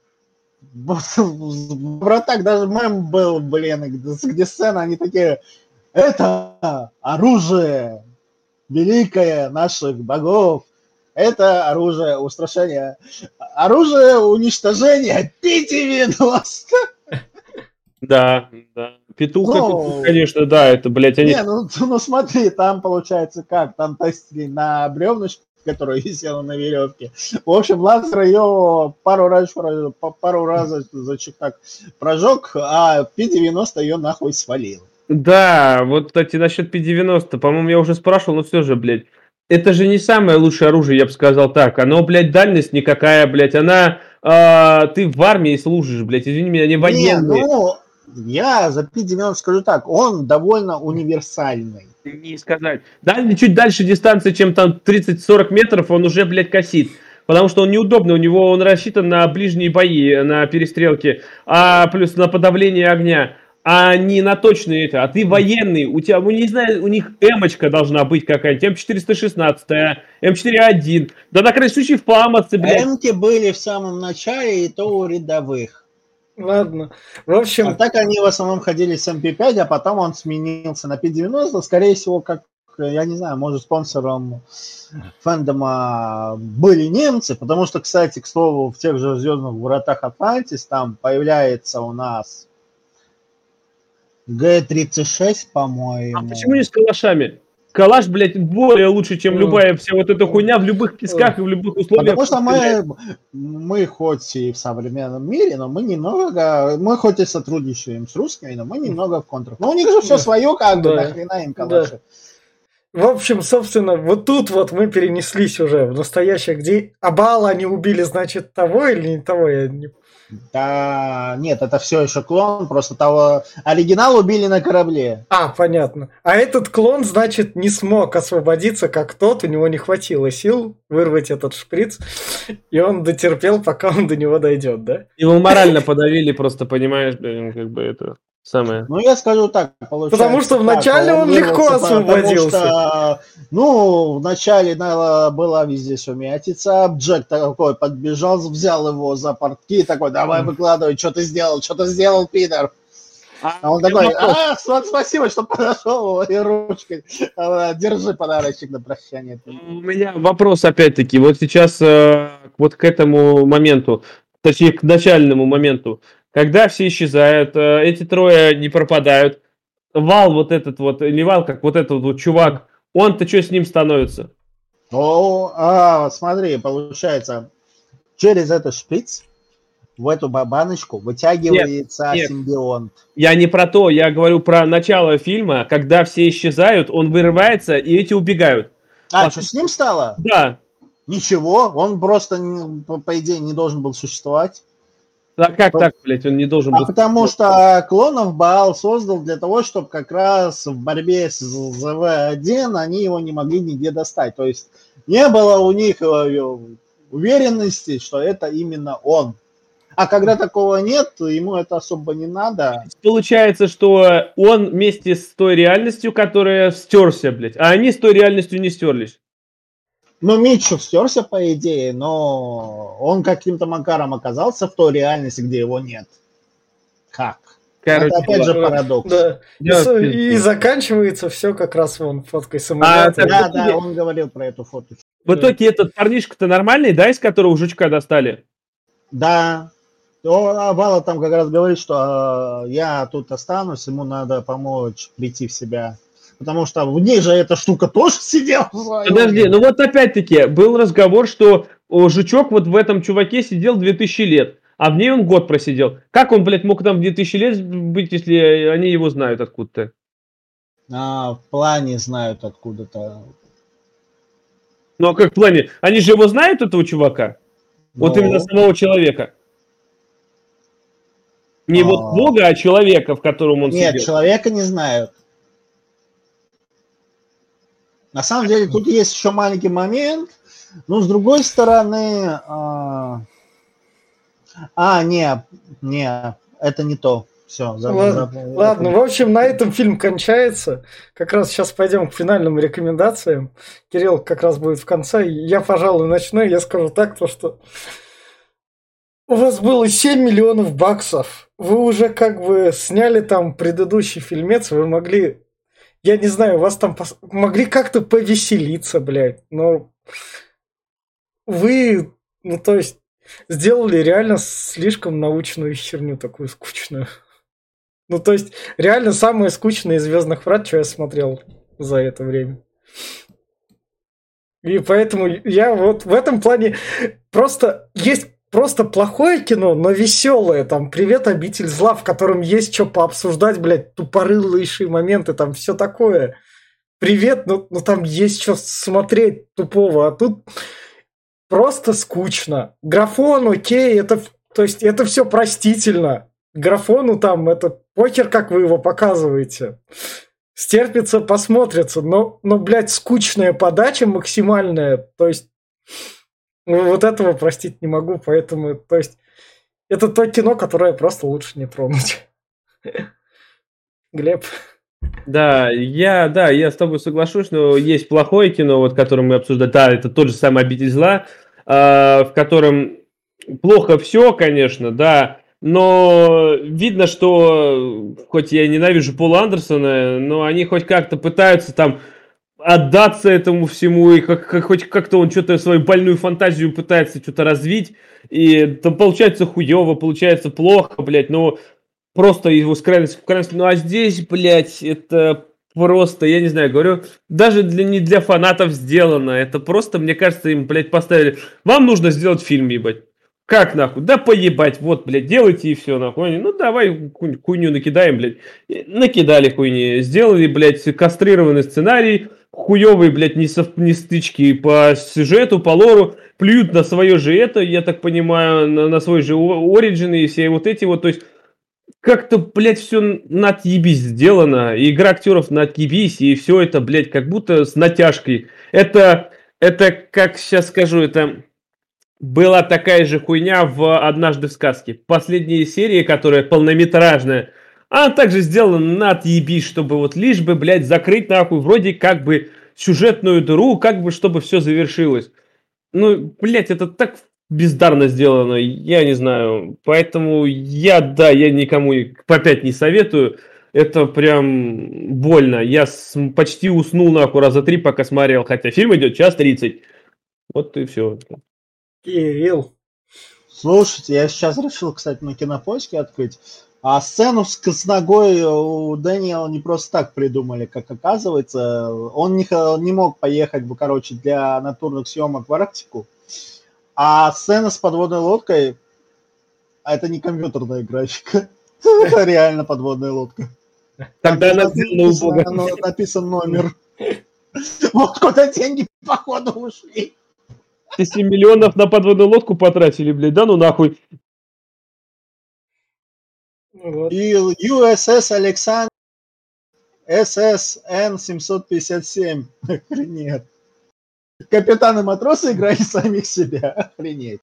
Братак, даже мем был, блин, где, где сцена, они такие, это оружие великое наших богов, это оружие устрашения, оружие уничтожения пи девяносто. Да, да. Петуха, Ну, петух, конечно, да, это, блядь, они... Не, ну, ну смотри, там получается как, там тестили на бревнышке, которая висела на веревке. В общем, лазер ее пару раз, пару раз зачем так прожег, а пи девяносто ее нахуй свалил. Да, вот, кстати, насчет пи девяносто, по-моему, я уже спрашивал, но все же, блядь, это же не самое лучшее оружие, я бы сказал так. Оно, блядь, дальность никакая, блядь, она... а, ты в армии служишь, блядь, извини меня, не военный. Не, ну, я за пи девяносто скажу так, он довольно универсальный. Не сказать. Дальше, чуть дальше дистанции, чем там тридцать-сорок метров, он уже, блядь, косит. Потому что он неудобный, у него он рассчитан на ближние бои, на перестрелки, а плюс на подавление огня, а не на точные это. А ты военный, у тебя, ну не знаю, у них эмочка должна быть какая-нибудь, эм четыреста шестнадцать, эм четыре а один, да на крайний случай в памятце, блядь. Эмки были в самом начале, и то у рядовых. Ладно. В общем, А так они в основном ходили с эм пи пять, а потом он сменился на пи девяносто. Скорее всего, как, я не знаю, может, спонсором фэндома были немцы, потому что, кстати, к слову, в тех же «Звездных вратах Атлантис» там появляется у нас Гэ тридцать шесть, по-моему. А почему не с калашами? коллаж, блядь, более лучше, чем любая вся вот эта хуйня в любых песках и в любых условиях. Потому что мы, мы хоть и в современном мире, но мы немного, мы хоть и сотрудничаем с русскими, но мы немного в контрах. Но у них же все свое, как бы, Да. нахрена им коллажи. В общем, собственно, вот тут вот мы перенеслись уже в настоящее, где Абала они убили, значит, того или не того, я не... Да, нет, это все еще клон, просто того оригинал убили на корабле. А, понятно. А этот клон, значит, не смог освободиться, как тот, у него не хватило сил вырвать этот шприц, и он дотерпел, пока он до него дойдет, да? Его морально подавили, просто, понимаешь, блин, как бы это самое. Ну, я скажу так, получается. Потому что вначале так, он легко вырвался, освободился. Потому что, ну, вначале наверное, была везде сумятица, Джек такой подбежал, взял его за портки, такой, давай выкладывай, что ты сделал, что ты сделал, пидор. А он такой, а, спасибо, что подошел и ручкой. Держи подарочек на прощание. У меня вопрос опять-таки, вот сейчас вот к этому моменту, точнее к начальному моменту, когда все исчезают, эти трое не пропадают, Вал вот этот вот, не Вал, как вот этот вот чувак, он-то что с ним становится? О, а, смотри, получается, через этот шприц в эту баночку вытягивается нет, нет. симбионт. Я не про то, я говорю про начало фильма, когда все исчезают, он вырывается, и эти убегают. А, а что с ним стало? Да. Ничего, он просто, по идее, не должен был существовать. А как так, блядь, он не должен был... А потому что клонов Баал создал для того, чтобы как раз в борьбе с зэ вэ один они его не могли нигде достать. То есть не было у них уверенности, что это именно он. А когда такого нет, ему это особо не надо. Получается, что он вместе с той реальностью, которая стерся, блядь, а они с той реальностью не стерлись. Ну, Митчу стерся, по идее, но он каким-то макаром оказался в той реальности, где его нет. Как? Короче, это опять же парадокс. Да. Да, И, и заканчивается все как раз вон фоткой А, самолета. Да, да, он говорил про эту фоточку. В итоге этот парнишка-то нормальный, да, из которого жучка достали? Да. Вала там как раз говорит, что э, я тут останусь, ему надо помочь прийти в себя. Потому что в ней же эта штука тоже сидела. Подожди, ну вот опять-таки был разговор, что о, жучок вот в этом чуваке сидел две тысячи лет, а в ней он год просидел. Как он, блядь, мог там в две тысячи лет быть, если они его знают откуда-то? А, в плане знают откуда-то. Ну а как в плане? Они же его знают, этого чувака? Но... Вот именно самого человека. Не а... вот Бога, а человека, в котором он Нет, сидел. Нет, человека не знают. На самом деле, тут есть еще маленький момент. Но с другой стороны... А, а не, не, это не то. Все, за, ладно, за, ладно, в общем, на этом фильм кончается. Как раз сейчас пойдем к финальным рекомендациям. Кирилл как раз будет в конце. Я, пожалуй, начну. Я скажу так, то что у вас было семь миллионов баксов. Вы уже как бы сняли там предыдущий фильмец. Вы могли, я не знаю, у вас там пос... могли как-то повеселиться, блядь. Но вы, ну то есть, сделали реально слишком научную херню такую скучную. Ну, то есть, реально самое скучное из «Звездных врат», что я смотрел за это время. И поэтому я вот в этом плане просто... Есть просто плохое кино, но веселое. Там «Привет, обитель зла», в котором есть что пообсуждать, блядь, тупорылейшие моменты, там все такое. Привет, ну, ну там есть что смотреть тупого, а тут просто скучно. Графон, окей, это... То есть, это все простительно. Графону там, это похер, как вы его показываете. Стерпится, посмотрится. Но, но, блядь, скучная подача максимальная. То есть, вот этого простить не могу. Поэтому, то есть, это то кино, которое просто лучше не тронуть. Глеб? Да, я, да, я с тобой соглашусь, но есть плохое кино, вот, которое мы обсуждали. Да, это тот же самый «Обитель зла», э, в котором плохо все, конечно, да. Но видно, что, хоть я и ненавижу Пола Андерсона, но они хоть как-то пытаются там отдаться этому всему, и как, как, хоть как-то он что-то свою больную фантазию пытается что-то развить, и там получается хуево, получается плохо, блядь, но просто его с крайности в крайность. Ну а здесь, блядь, это просто, я не знаю, говорю, даже для, не для фанатов сделано. Это просто, мне кажется, им, блядь, поставили. Вам нужно сделать фильм, ебать. Как нахуй? Да поебать, вот, блядь, делайте и все, нахуй. Ну, давай хуйню накидаем, блядь. Накидали хуйни. Сделали, блядь, кастрированный сценарий. Хуёвые, блядь, нестычки по сюжету, по лору. Плюют на свое же это, я так понимаю, на, на свой же Origin и все вот эти вот, то есть как-то, блядь, все на отъебись сделано, и игра актеров на отъебись, и все это, блядь, как будто с натяжкой. Это, это, как сейчас скажу, это была такая же хуйня в «Однажды в сказке». Последняя серия, которая полнометражная, она также сделана на отъебись, чтобы вот лишь бы, блядь, закрыть нахуй вроде как бы сюжетную дыру, как бы чтобы все завершилось. Ну, блядь, это так бездарно сделано, я не знаю. Поэтому я, да, я никому опять не советую. Это прям больно. Я с- почти уснул нахуй раза три, пока смотрел. Хотя фильм идет час тридцать. Вот и все. Кирилл. Слушайте, я сейчас решил, кстати, на Кинопоиске открыть. А сцену с, с ногой у Дэниела не просто так придумали, как оказывается. Он не, х- не мог поехать бы, короче, для натурных съемок в Арктику. А сцена с подводной лодкой, а это не компьютерная графика. Это реально подводная лодка. Там Тогда она написано, сделана убого. но- написан номер. Вот куда деньги, походу, ушли. семь миллионов на подводную лодку потратили, блядь, да ну нахуй. Вот. И ю эс эс Александр эс эс эн семьсот пятьдесят семь. Охренеть. Капитаны матросы играли самих себя. Охренеть.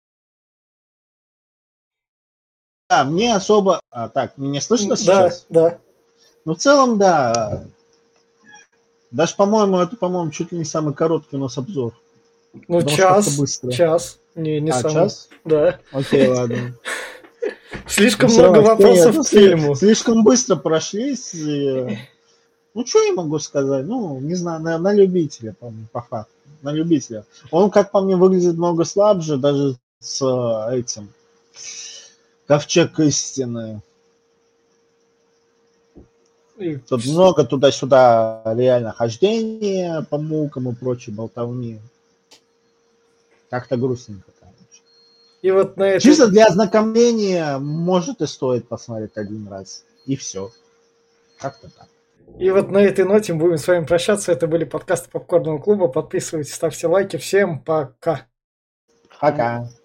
Да, мне особо... А, так, меня слышно Да, сейчас? да. Ну, в целом, да. Даже, по-моему, это, по-моему, чуть ли не самый короткий у нас обзор. Ну, Потому что час. как-то быстро. Час. Не, не А, самый. час? Да. Окей, ладно. Слишком Ну, всё много равно, вопросов нет, к фильму. Слишком быстро прошлись. и, Ну, что я могу сказать? Ну, не знаю, на, на любителя, по, по факту. На любителя. Он, как по мне, выглядит много слабже, даже с э, этим. Ковчег истины. И Тут много туда-сюда реально хождения по мукам и прочей болтовни. Как-то грустненько, короче. И вот на этой, Чисто для ознакомления, может, и стоит посмотреть один раз. И все. Как-то так. и вот на этой ноте мы будем с вами прощаться. Это были подкасты Попкорного клуба. Подписывайтесь, ставьте лайки. Всем пока. Пока.